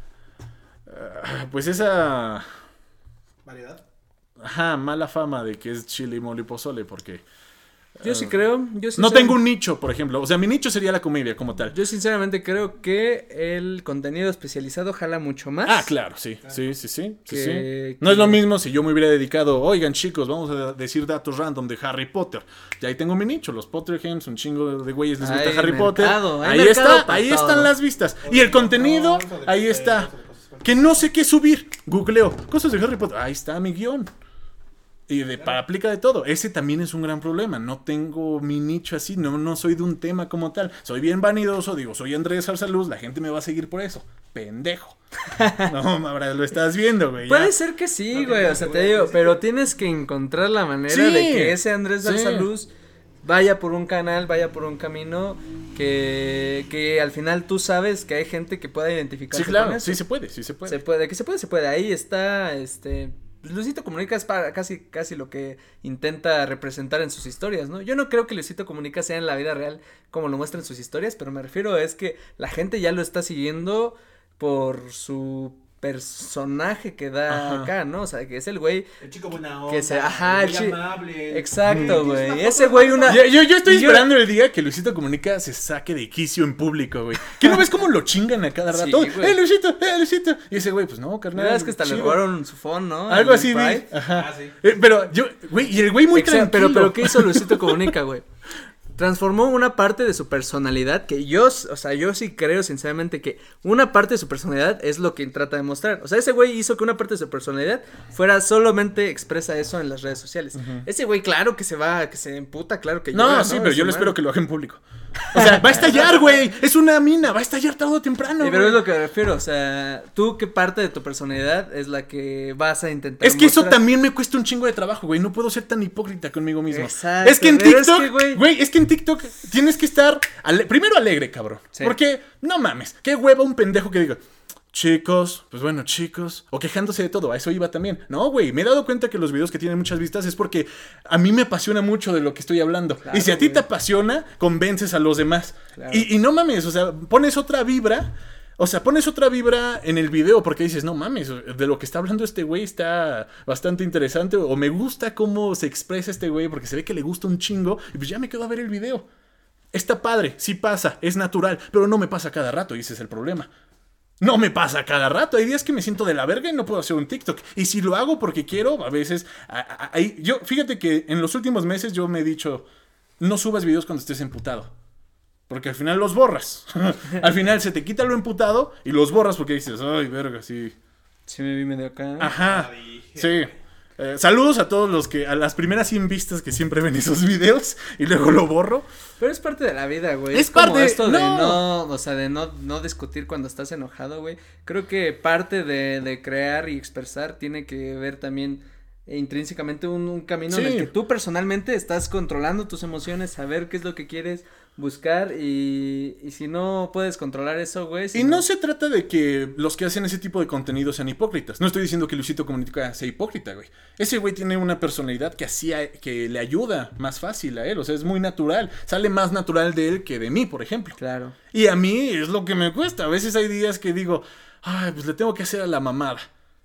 ah, pues esa, Variedad. ajá, mala fama de que es chile, mole y pozole porque Yo sí creo, yo no sincer- tengo un nicho, por ejemplo. O sea, mi nicho sería la comedia como tal. Yo sinceramente creo que el contenido especializado jala mucho más. Ah, claro, sí, sí, sí, sí, sí, sí. Que- No es lo que- mismo si yo me hubiera dedicado, oigan chicos, vamos a decir datos random de Harry Potter. Y ahí tengo mi nicho, los Potterheads, un chingo de güeyes les gusta Hay Harry Potter. mercado, hay Ahí mercado está, para ahí todo. están las vistas. Y el contenido, No, de- ahí de- está. de cosas, cosas. Que no sé qué subir. Googleo, cosas de Harry Potter. Ahí está mi guión. Y de, para aplica de todo. Ese también es un gran problema. No tengo mi nicho así. No, no soy de un tema como tal. Soy bien vanidoso. Digo, soy Andrés Arsaluz. La gente me va a seguir por eso. Pendejo. No, ahora lo estás viendo, güey. ya. Puede ser que sí, No, güey, que o sea, no, te güey, digo, sí. pero tienes que encontrar la manera Sí, de que ese Andrés sí. Darsaluz vaya por un canal, vaya por un camino que, que al final tú sabes que hay gente que pueda identificarse Sí, claro. con eso. Sí se puede, sí se puede. Se puede, que se puede, se puede. Ahí está, este, Luisito Comunica es para casi, casi lo que intenta representar en sus historias, ¿no? Yo no creo que Luisito Comunica sea en la vida real como lo muestra en sus historias, pero me refiero a es que la gente ya lo está siguiendo por su personaje que da ajá. acá, ¿no? O sea, que es el güey. El chico buena onda. Que se, ajá, el chi- amable. Exacto, güey. Mm. Ese güey una. Yo, yo, yo estoy yo... esperando el día que Luisito Comunica se saque de quicio en público, güey. ¿Qué no ves cómo lo chingan a cada rato? Sí, ¡Eh, Luisito! ¡Eh, Luisito! Y ese güey, pues no, carnal. Es que hasta chido. Le robaron su phone, ¿no? Algo así, güey. Ajá. Ah, sí. eh, pero yo, güey, y el güey muy Exacto, tranquilo. Pero, pero, ¿qué hizo Luisito Comunica, güey? Transformó una parte de su personalidad que yo, o sea, yo sí creo sinceramente que una parte de su personalidad es lo que trata de mostrar. O sea, ese güey hizo que una parte de su personalidad fuera solamente expresa eso en las redes sociales. Uh-huh. Ese güey, claro que se va, que se emputa, claro que No, llora, sí, ¿no? pero yo le espero que lo haga en público. O sea, va a estallar, güey. Es una mina, va a estallar tarde o temprano. Sí, pero es lo que me refiero. O sea, tú, ¿qué parte de tu personalidad es la que vas a intentar Es que mostrar? eso también me cuesta un chingo de trabajo, güey. No puedo ser tan hipócrita conmigo mismo. Exacto. Es que en TikTok, güey, es, es que en TikTok tienes que estar ale- primero alegre, cabrón. Sí. Porque, no mames, qué hueva un pendejo que diga, chicos, pues bueno, chicos, o quejándose de todo, a eso iba también. No, güey, me he dado cuenta que los videos que tienen muchas vistas es porque a mí me apasiona mucho de lo que estoy hablando. Claro, y si a ti güey. te apasiona, convences a los demás. Claro. Y, y no mames, o sea, pones otra vibra. O sea, pones otra vibra en el video porque dices, no mames, de lo que está hablando este güey está bastante interesante. O me gusta cómo se expresa este güey porque se ve que le gusta un chingo. Y pues ya me quedo a ver el video. Está padre, sí pasa, es natural, pero no me pasa cada rato y ese es el problema. No me pasa cada rato, hay días que me siento de la verga y no puedo hacer un TikTok. Y si lo hago porque quiero, a veces... A, a, a, yo, fíjate que en los últimos meses yo me he dicho, no subas videos cuando estés emputado. Porque al final los borras. Al final se te quita lo emputado y los borras porque dices, ay, verga, sí. Sí me vi medio acá. Ajá, sí. Eh, saludos a todos los que, a las primeras cien vistas que siempre ven esos videos y luego lo borro. Pero es parte de la vida, güey. Es, es parte como esto no. de no, o sea, de no, no discutir cuando estás enojado, güey. Creo que parte de, de crear y expresar tiene que ver también e intrínsecamente un, un camino sí. en el que tú personalmente estás controlando tus emociones, saber qué es lo que quieres buscar y, y si no puedes controlar eso, güey. Si y no... no se trata de que los que hacen ese tipo de contenido sean hipócritas. No estoy diciendo que Luisito Comunica sea hipócrita, güey. Ese güey tiene una personalidad que hacía, que le ayuda más fácil a él, o sea, es muy natural. Sale más natural de él que de mí, por ejemplo. Claro. Y a mí es lo que me cuesta. A veces hay días que digo, ay, pues le tengo que hacer a la mamada.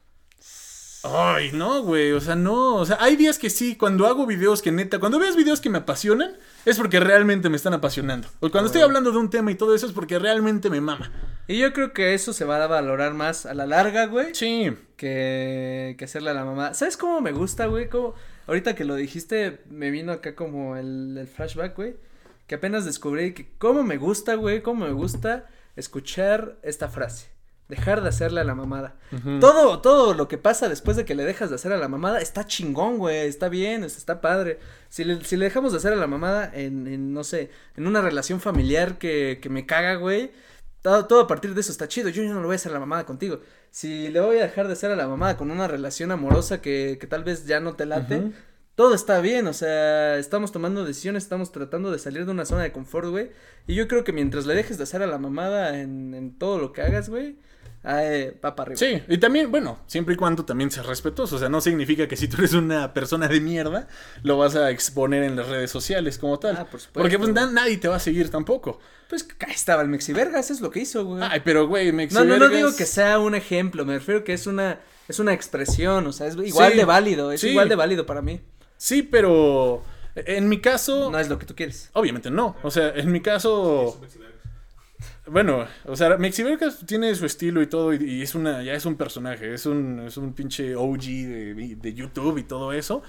Ay, no, güey, o sea, no, o sea, hay días que sí, cuando hago videos que neta, cuando veas videos que me apasionan, es porque realmente me están apasionando. O cuando estoy hablando de un tema y todo eso es porque realmente me mama. Y yo creo que eso se va a valorar más a la larga, güey. Sí. Que, que hacerle a la mamá. ¿Sabes cómo me gusta, güey? Como, ahorita que lo dijiste, me vino acá como el, el flashback, güey. Que apenas descubrí que cómo me gusta, güey, cómo me gusta escuchar esta frase. Dejar de hacerle a la mamada. Uh-huh. Todo, todo lo que pasa después de que le dejas de hacer a la mamada está chingón, güey. Está bien, está padre. Si le, si le dejamos de hacer a la mamada en, en no sé, en una relación familiar que, que me caga, güey. Todo, todo a partir de eso está chido. Yo, yo no le voy a hacer a la mamada contigo. Si le voy a dejar de hacer a la mamada con una relación amorosa que, que tal vez ya no te late. Uh-huh. Todo está bien, o sea, estamos tomando decisiones, estamos tratando de salir de una zona de confort, güey. Y yo creo que mientras le dejes de hacer a la mamada en, en todo lo que hagas, güey. Ay, va para arriba. Sí, y también, bueno, siempre y cuando también seas respetuoso, o sea, no significa que si tú eres una persona de mierda, lo vas a exponer en las redes sociales como tal. Ah, por supuesto. Porque pues na- nadie te va a seguir tampoco. Pues ahí estaba el Mexivergas, es lo que hizo, güey. Ay, pero güey, Mexivergas. No, no, no digo que sea un ejemplo, me refiero que es una, es una expresión, o sea, es igual sí, de válido, es sí. igual de válido para mí. Sí, pero en mi caso. No es lo que tú quieres. Obviamente no, o sea, en mi caso. Sí, bueno, o sea, Mexivergas tiene su estilo y todo, y, y es una, ya es un personaje, es un, es un pinche O G de, de YouTube y todo eso,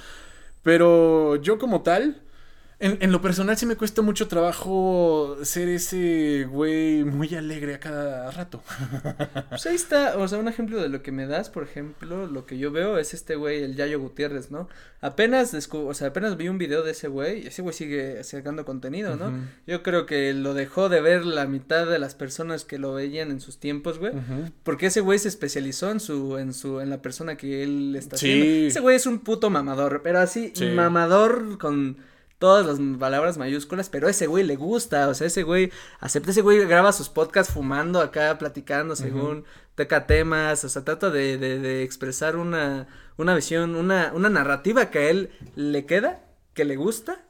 pero yo como tal, en, en lo personal sí me cuesta mucho trabajo ser ese güey muy alegre a cada rato. Pues ahí está, o sea, un ejemplo de lo que me das, por ejemplo, lo que yo veo es este güey, el Yayo Gutiérrez, ¿no? Apenas, descu- o sea, apenas vi un video de ese güey, y ese güey sigue sacando contenido, ¿no? Uh-huh. Yo creo que lo dejó de ver la mitad de las personas que lo veían en sus tiempos, güey, uh-huh. porque ese güey se especializó en su, en su, en la persona que él está sí. haciendo. Ese güey es un puto mamador, pero así, sí. mamador con todas las palabras mayúsculas, pero a ese güey le gusta, o sea, ese güey acepta, ese güey graba sus podcasts fumando acá, platicando según, uh-huh. toca temas, o sea, trata de, de, de expresar una, una visión, una, una narrativa que a él le queda, que le gusta.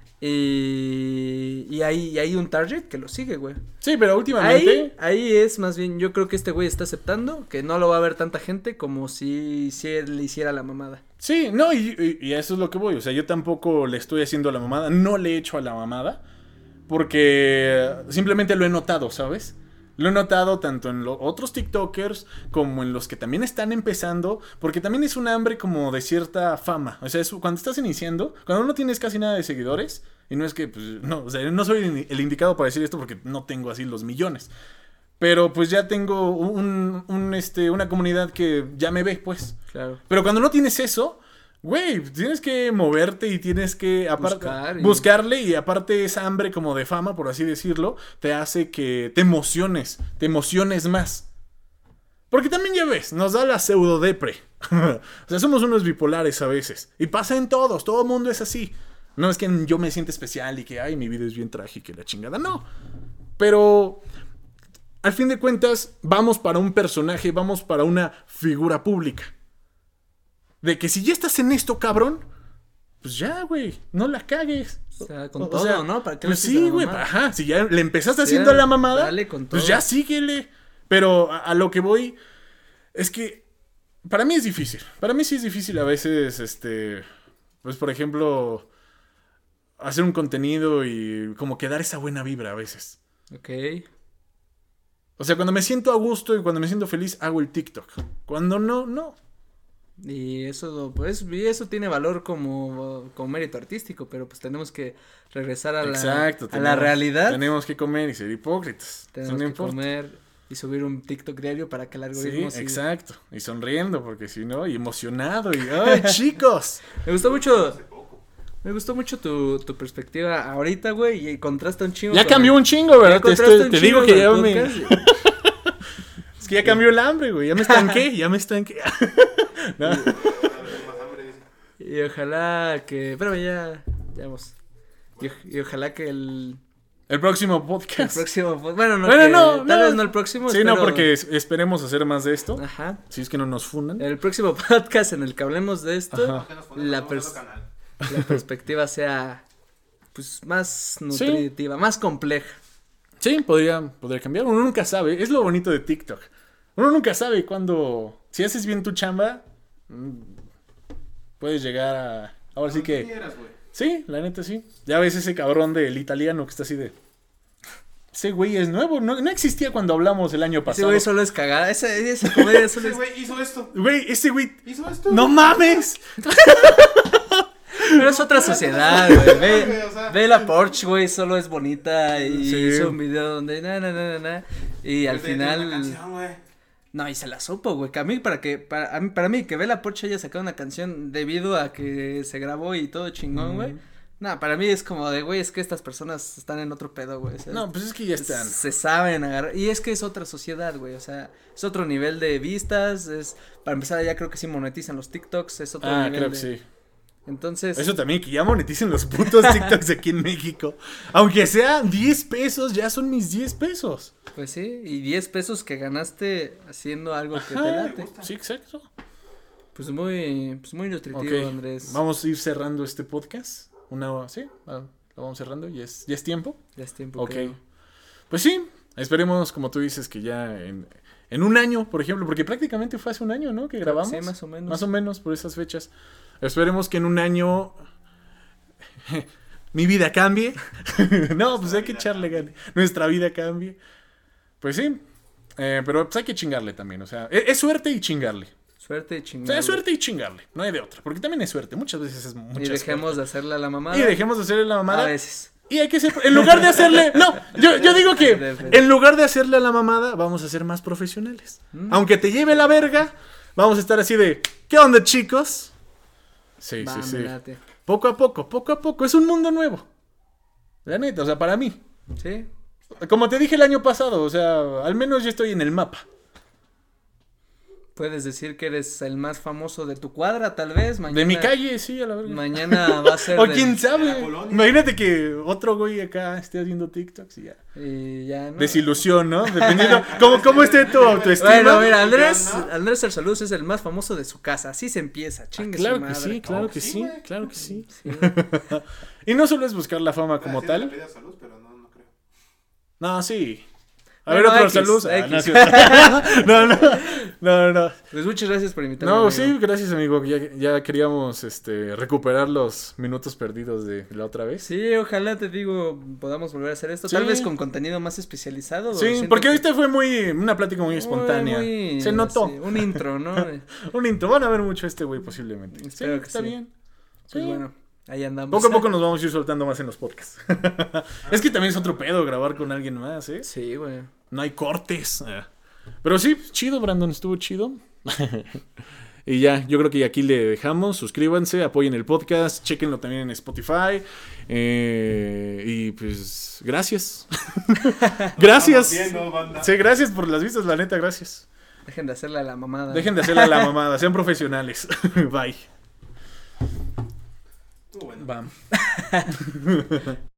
Y, y hay, y hay un target que lo sigue, güey. Sí, pero últimamente... Ahí, ahí es más bien, yo creo que este güey está aceptando que no lo va a ver tanta gente como si, si él le hiciera la mamada. Sí, no, y, y, y a eso es lo que voy. O sea, yo tampoco le estoy haciendo la mamada, no le he hecho a la mamada, porque simplemente lo he notado, ¿sabes? Lo he notado tanto en los otros TikTokers como en los que también están empezando, porque también es un hambre como de cierta fama. O sea, es, cuando estás iniciando, cuando no tienes casi nada de seguidores, y no es que, pues, no, o sea, no soy el indicado para decir esto porque no tengo así los millones. Pero pues ya tengo un, un, este, una comunidad que ya me ve, pues. Claro. Pero cuando no tienes eso, güey, tienes que moverte y tienes que aparte Buscar y... buscarle, y aparte esa hambre como de fama, por así decirlo, te hace que te emociones, te emociones más. Porque también ya ves, nos da la pseudo-depre. O sea, somos unos bipolares a veces. Y pasa en todos, todo el mundo es así. No es que yo me sienta especial y que, ay, mi vida es bien trágica y la chingada, no. Pero... al fin de cuentas, vamos para un personaje, vamos para una figura pública. De que si ya estás en esto, cabrón, pues ya, güey, no la cagues. O sea, con o todo, sea, ¿no? ¿Para qué pues le haces sí, la güey, mamada? ajá, si ya le empezaste Sí, haciendo la mamada, dale con pues todo. ya síguele. Pero a, a lo que voy es que para mí es difícil. Para mí sí es difícil a veces, este, pues por ejemplo, hacer un contenido y como que dar esa buena vibra a veces. Ok. O sea, cuando me siento a gusto y cuando me siento feliz, hago el TikTok. Cuando no, no. Y eso, pues, y eso tiene valor como, como mérito artístico, pero pues tenemos que regresar a la, Exacto, a tenemos, la realidad. Tenemos que comer y ser hipócritas. Tenemos Eso no que importa. comer y subir un TikTok diario para que el algoritmo... Sí, siga. exacto. Y sonriendo, porque si no, y emocionado. Y, ¡ay, chicos! Me gustó mucho... Me gustó mucho tu, tu perspectiva ahorita, güey, y contrasta un chingo. Ya con cambió el- un chingo, ya ¿verdad? Te, contrasta estoy- un te chingo digo que ya con me... el podcast. Es que ya cambió el hambre, güey. Ya me estanqué, ya me estanqué. No. Y ojalá que... Pero ya... Ya vamos. Y, o- y ojalá que el... El próximo El podcast. próximo... Bueno, no, Bueno, que- no, tal no. vez no el próximo. Sí, espero- no, porque es- esperemos hacer más de esto. Ajá. Si es que no nos fundan. El próximo podcast en el que hablemos de esto, Ajá. Que nos ponemos la, en otro pers- canal. la perspectiva sea pues más nutritiva, más compleja. Sí, podría, podría cambiar. Uno nunca sabe. Es lo bonito de TikTok. Uno nunca sabe cuándo... Si haces bien tu chamba, mm, puedes llegar a... Ahora sí Donde que... quieras, güey. Sí, la neta sí. Ya ves ese cabrón del italiano que está así de... Ese güey es nuevo. No, no existía cuando hablamos el año Ese pasado. güey solo es cagada, esa, esa comedia solo Ese es... güey hizo esto. Güey, ese güey... Hizo esto. ¡No mames! Pero es otra sociedad, güey. Ve, Güey, o sea, ve la Porsche, güey, solo es bonita y Sí. hizo un video donde na, na, na, na, na, y al de- de una final... canción, güey. No, y se la supo, güey, que a mí, para que, para, a mí, para mí, que Bella Porsche haya sacado una canción debido a que se grabó y todo chingón, güey. No, para mí es como de, güey, es que estas personas están en otro pedo, güey. O sea, No, pues es que ya están. se saben agarrar, y es que es otra sociedad, güey, o sea, es otro nivel de vistas, es, para empezar ya creo que sí monetizan los TikToks, es otro Ah, nivel creo de, que sí. entonces, Eso también, que ya moneticen los putos TikToks aquí en México. Aunque sea diez pesos, ya son mis diez pesos. pues sí, y diez pesos que ganaste haciendo algo que te Ajá, late, sí, exacto. pues muy, pues muy nutritivo, Ok, Andrés, vamos a ir cerrando este podcast. Una, sí, ah, lo vamos cerrando, ya es, ya es tiempo. ya es tiempo, Ok. creo. Pues sí, esperemos, como tú dices, que ya en, en un año, por ejemplo, porque prácticamente fue hace un año, ¿no? Que grabamos. Sí, más o menos. Más o menos por esas fechas. Esperemos que en un año mi vida cambie. No, pues hay que echarle ganas. Nuestra vida cambie. Pues sí. Eh, pero pues hay que chingarle también. O sea, es, es suerte y chingarle. Suerte y O chingada. sea, es suerte y chingarle. No hay de otra. Porque también es suerte. Muchas veces es mucha Y dejemos suerte. de hacerle a la mamada. Y dejemos de hacerle la a mamada. veces. Y hay que ser, en lugar de hacerle, no, yo, yo digo que De- de- en lugar de hacerle a la mamada, vamos a ser más profesionales. Mm. Aunque te lleve la verga, vamos a estar así de, ¿qué onda, chicos? Sí, Va, sí, sí. me late. Poco a poco, poco a poco, es un mundo nuevo. La neta, o sea, para mí. Sí. Como te dije el año pasado, o sea, al menos yo estoy en el mapa. Puedes decir que eres el más famoso de tu cuadra, tal vez. Mañana, de mi calle, sí, a la verdad. Mañana va a ser. O del- quién de sabe. la colonia. Imagínate que otro güey acá esté haciendo TikToks y ya. Y ya, ¿no? Desilusión, ¿no? Dependiendo cómo, cómo esté tu autoestima. Bueno, mira, Andrés, ¿no? Andrés Arsaluz es el más famoso de su casa. Así se empieza, chingue Claro su que madre. sí, claro No, que sí, sí, güey. claro que sí. Sí. Y no solo es buscar la fama como Iba a decir tal. la pedida salud, pero no, no creo. No, sí. A Bueno, ver, otro X, salud. Ah, X. no, es cierto. no, no, no, no. Pues muchas gracias por invitarme. No, amigo. sí, gracias, amigo. Ya, ya queríamos este, recuperar los minutos perdidos de la otra vez. Sí, ojalá te digo, podamos volver a hacer esto. Tal Sí. vez con contenido más especializado. Sí, Siento porque que- ahorita fue muy una plática muy muy- espontánea. muy, Se notó. sí, un intro, ¿no? Un intro. Van a ver mucho este güey posiblemente. Espero sí, que está sí. bien. Pues Sí. bueno, ahí andamos. Poco a poco nos vamos a ir soltando más en los podcasts. Es que también es otro pedo grabar con alguien más, ¿eh? Sí, güey. No hay cortes. Ah. Pero sí, chido, Brandon, estuvo chido. Y ya, yo creo que aquí le dejamos. Suscríbanse, apoyen el podcast, chequenlo también en Spotify. Eh, y pues, gracias. gracias. Estamos viendo, banda. Sí, gracias por las vistas, la neta, gracias. Dejen de hacerle a la mamada. Dejen de hacerle a la mamada, sean profesionales. Bye. Estuvo bueno. Bam.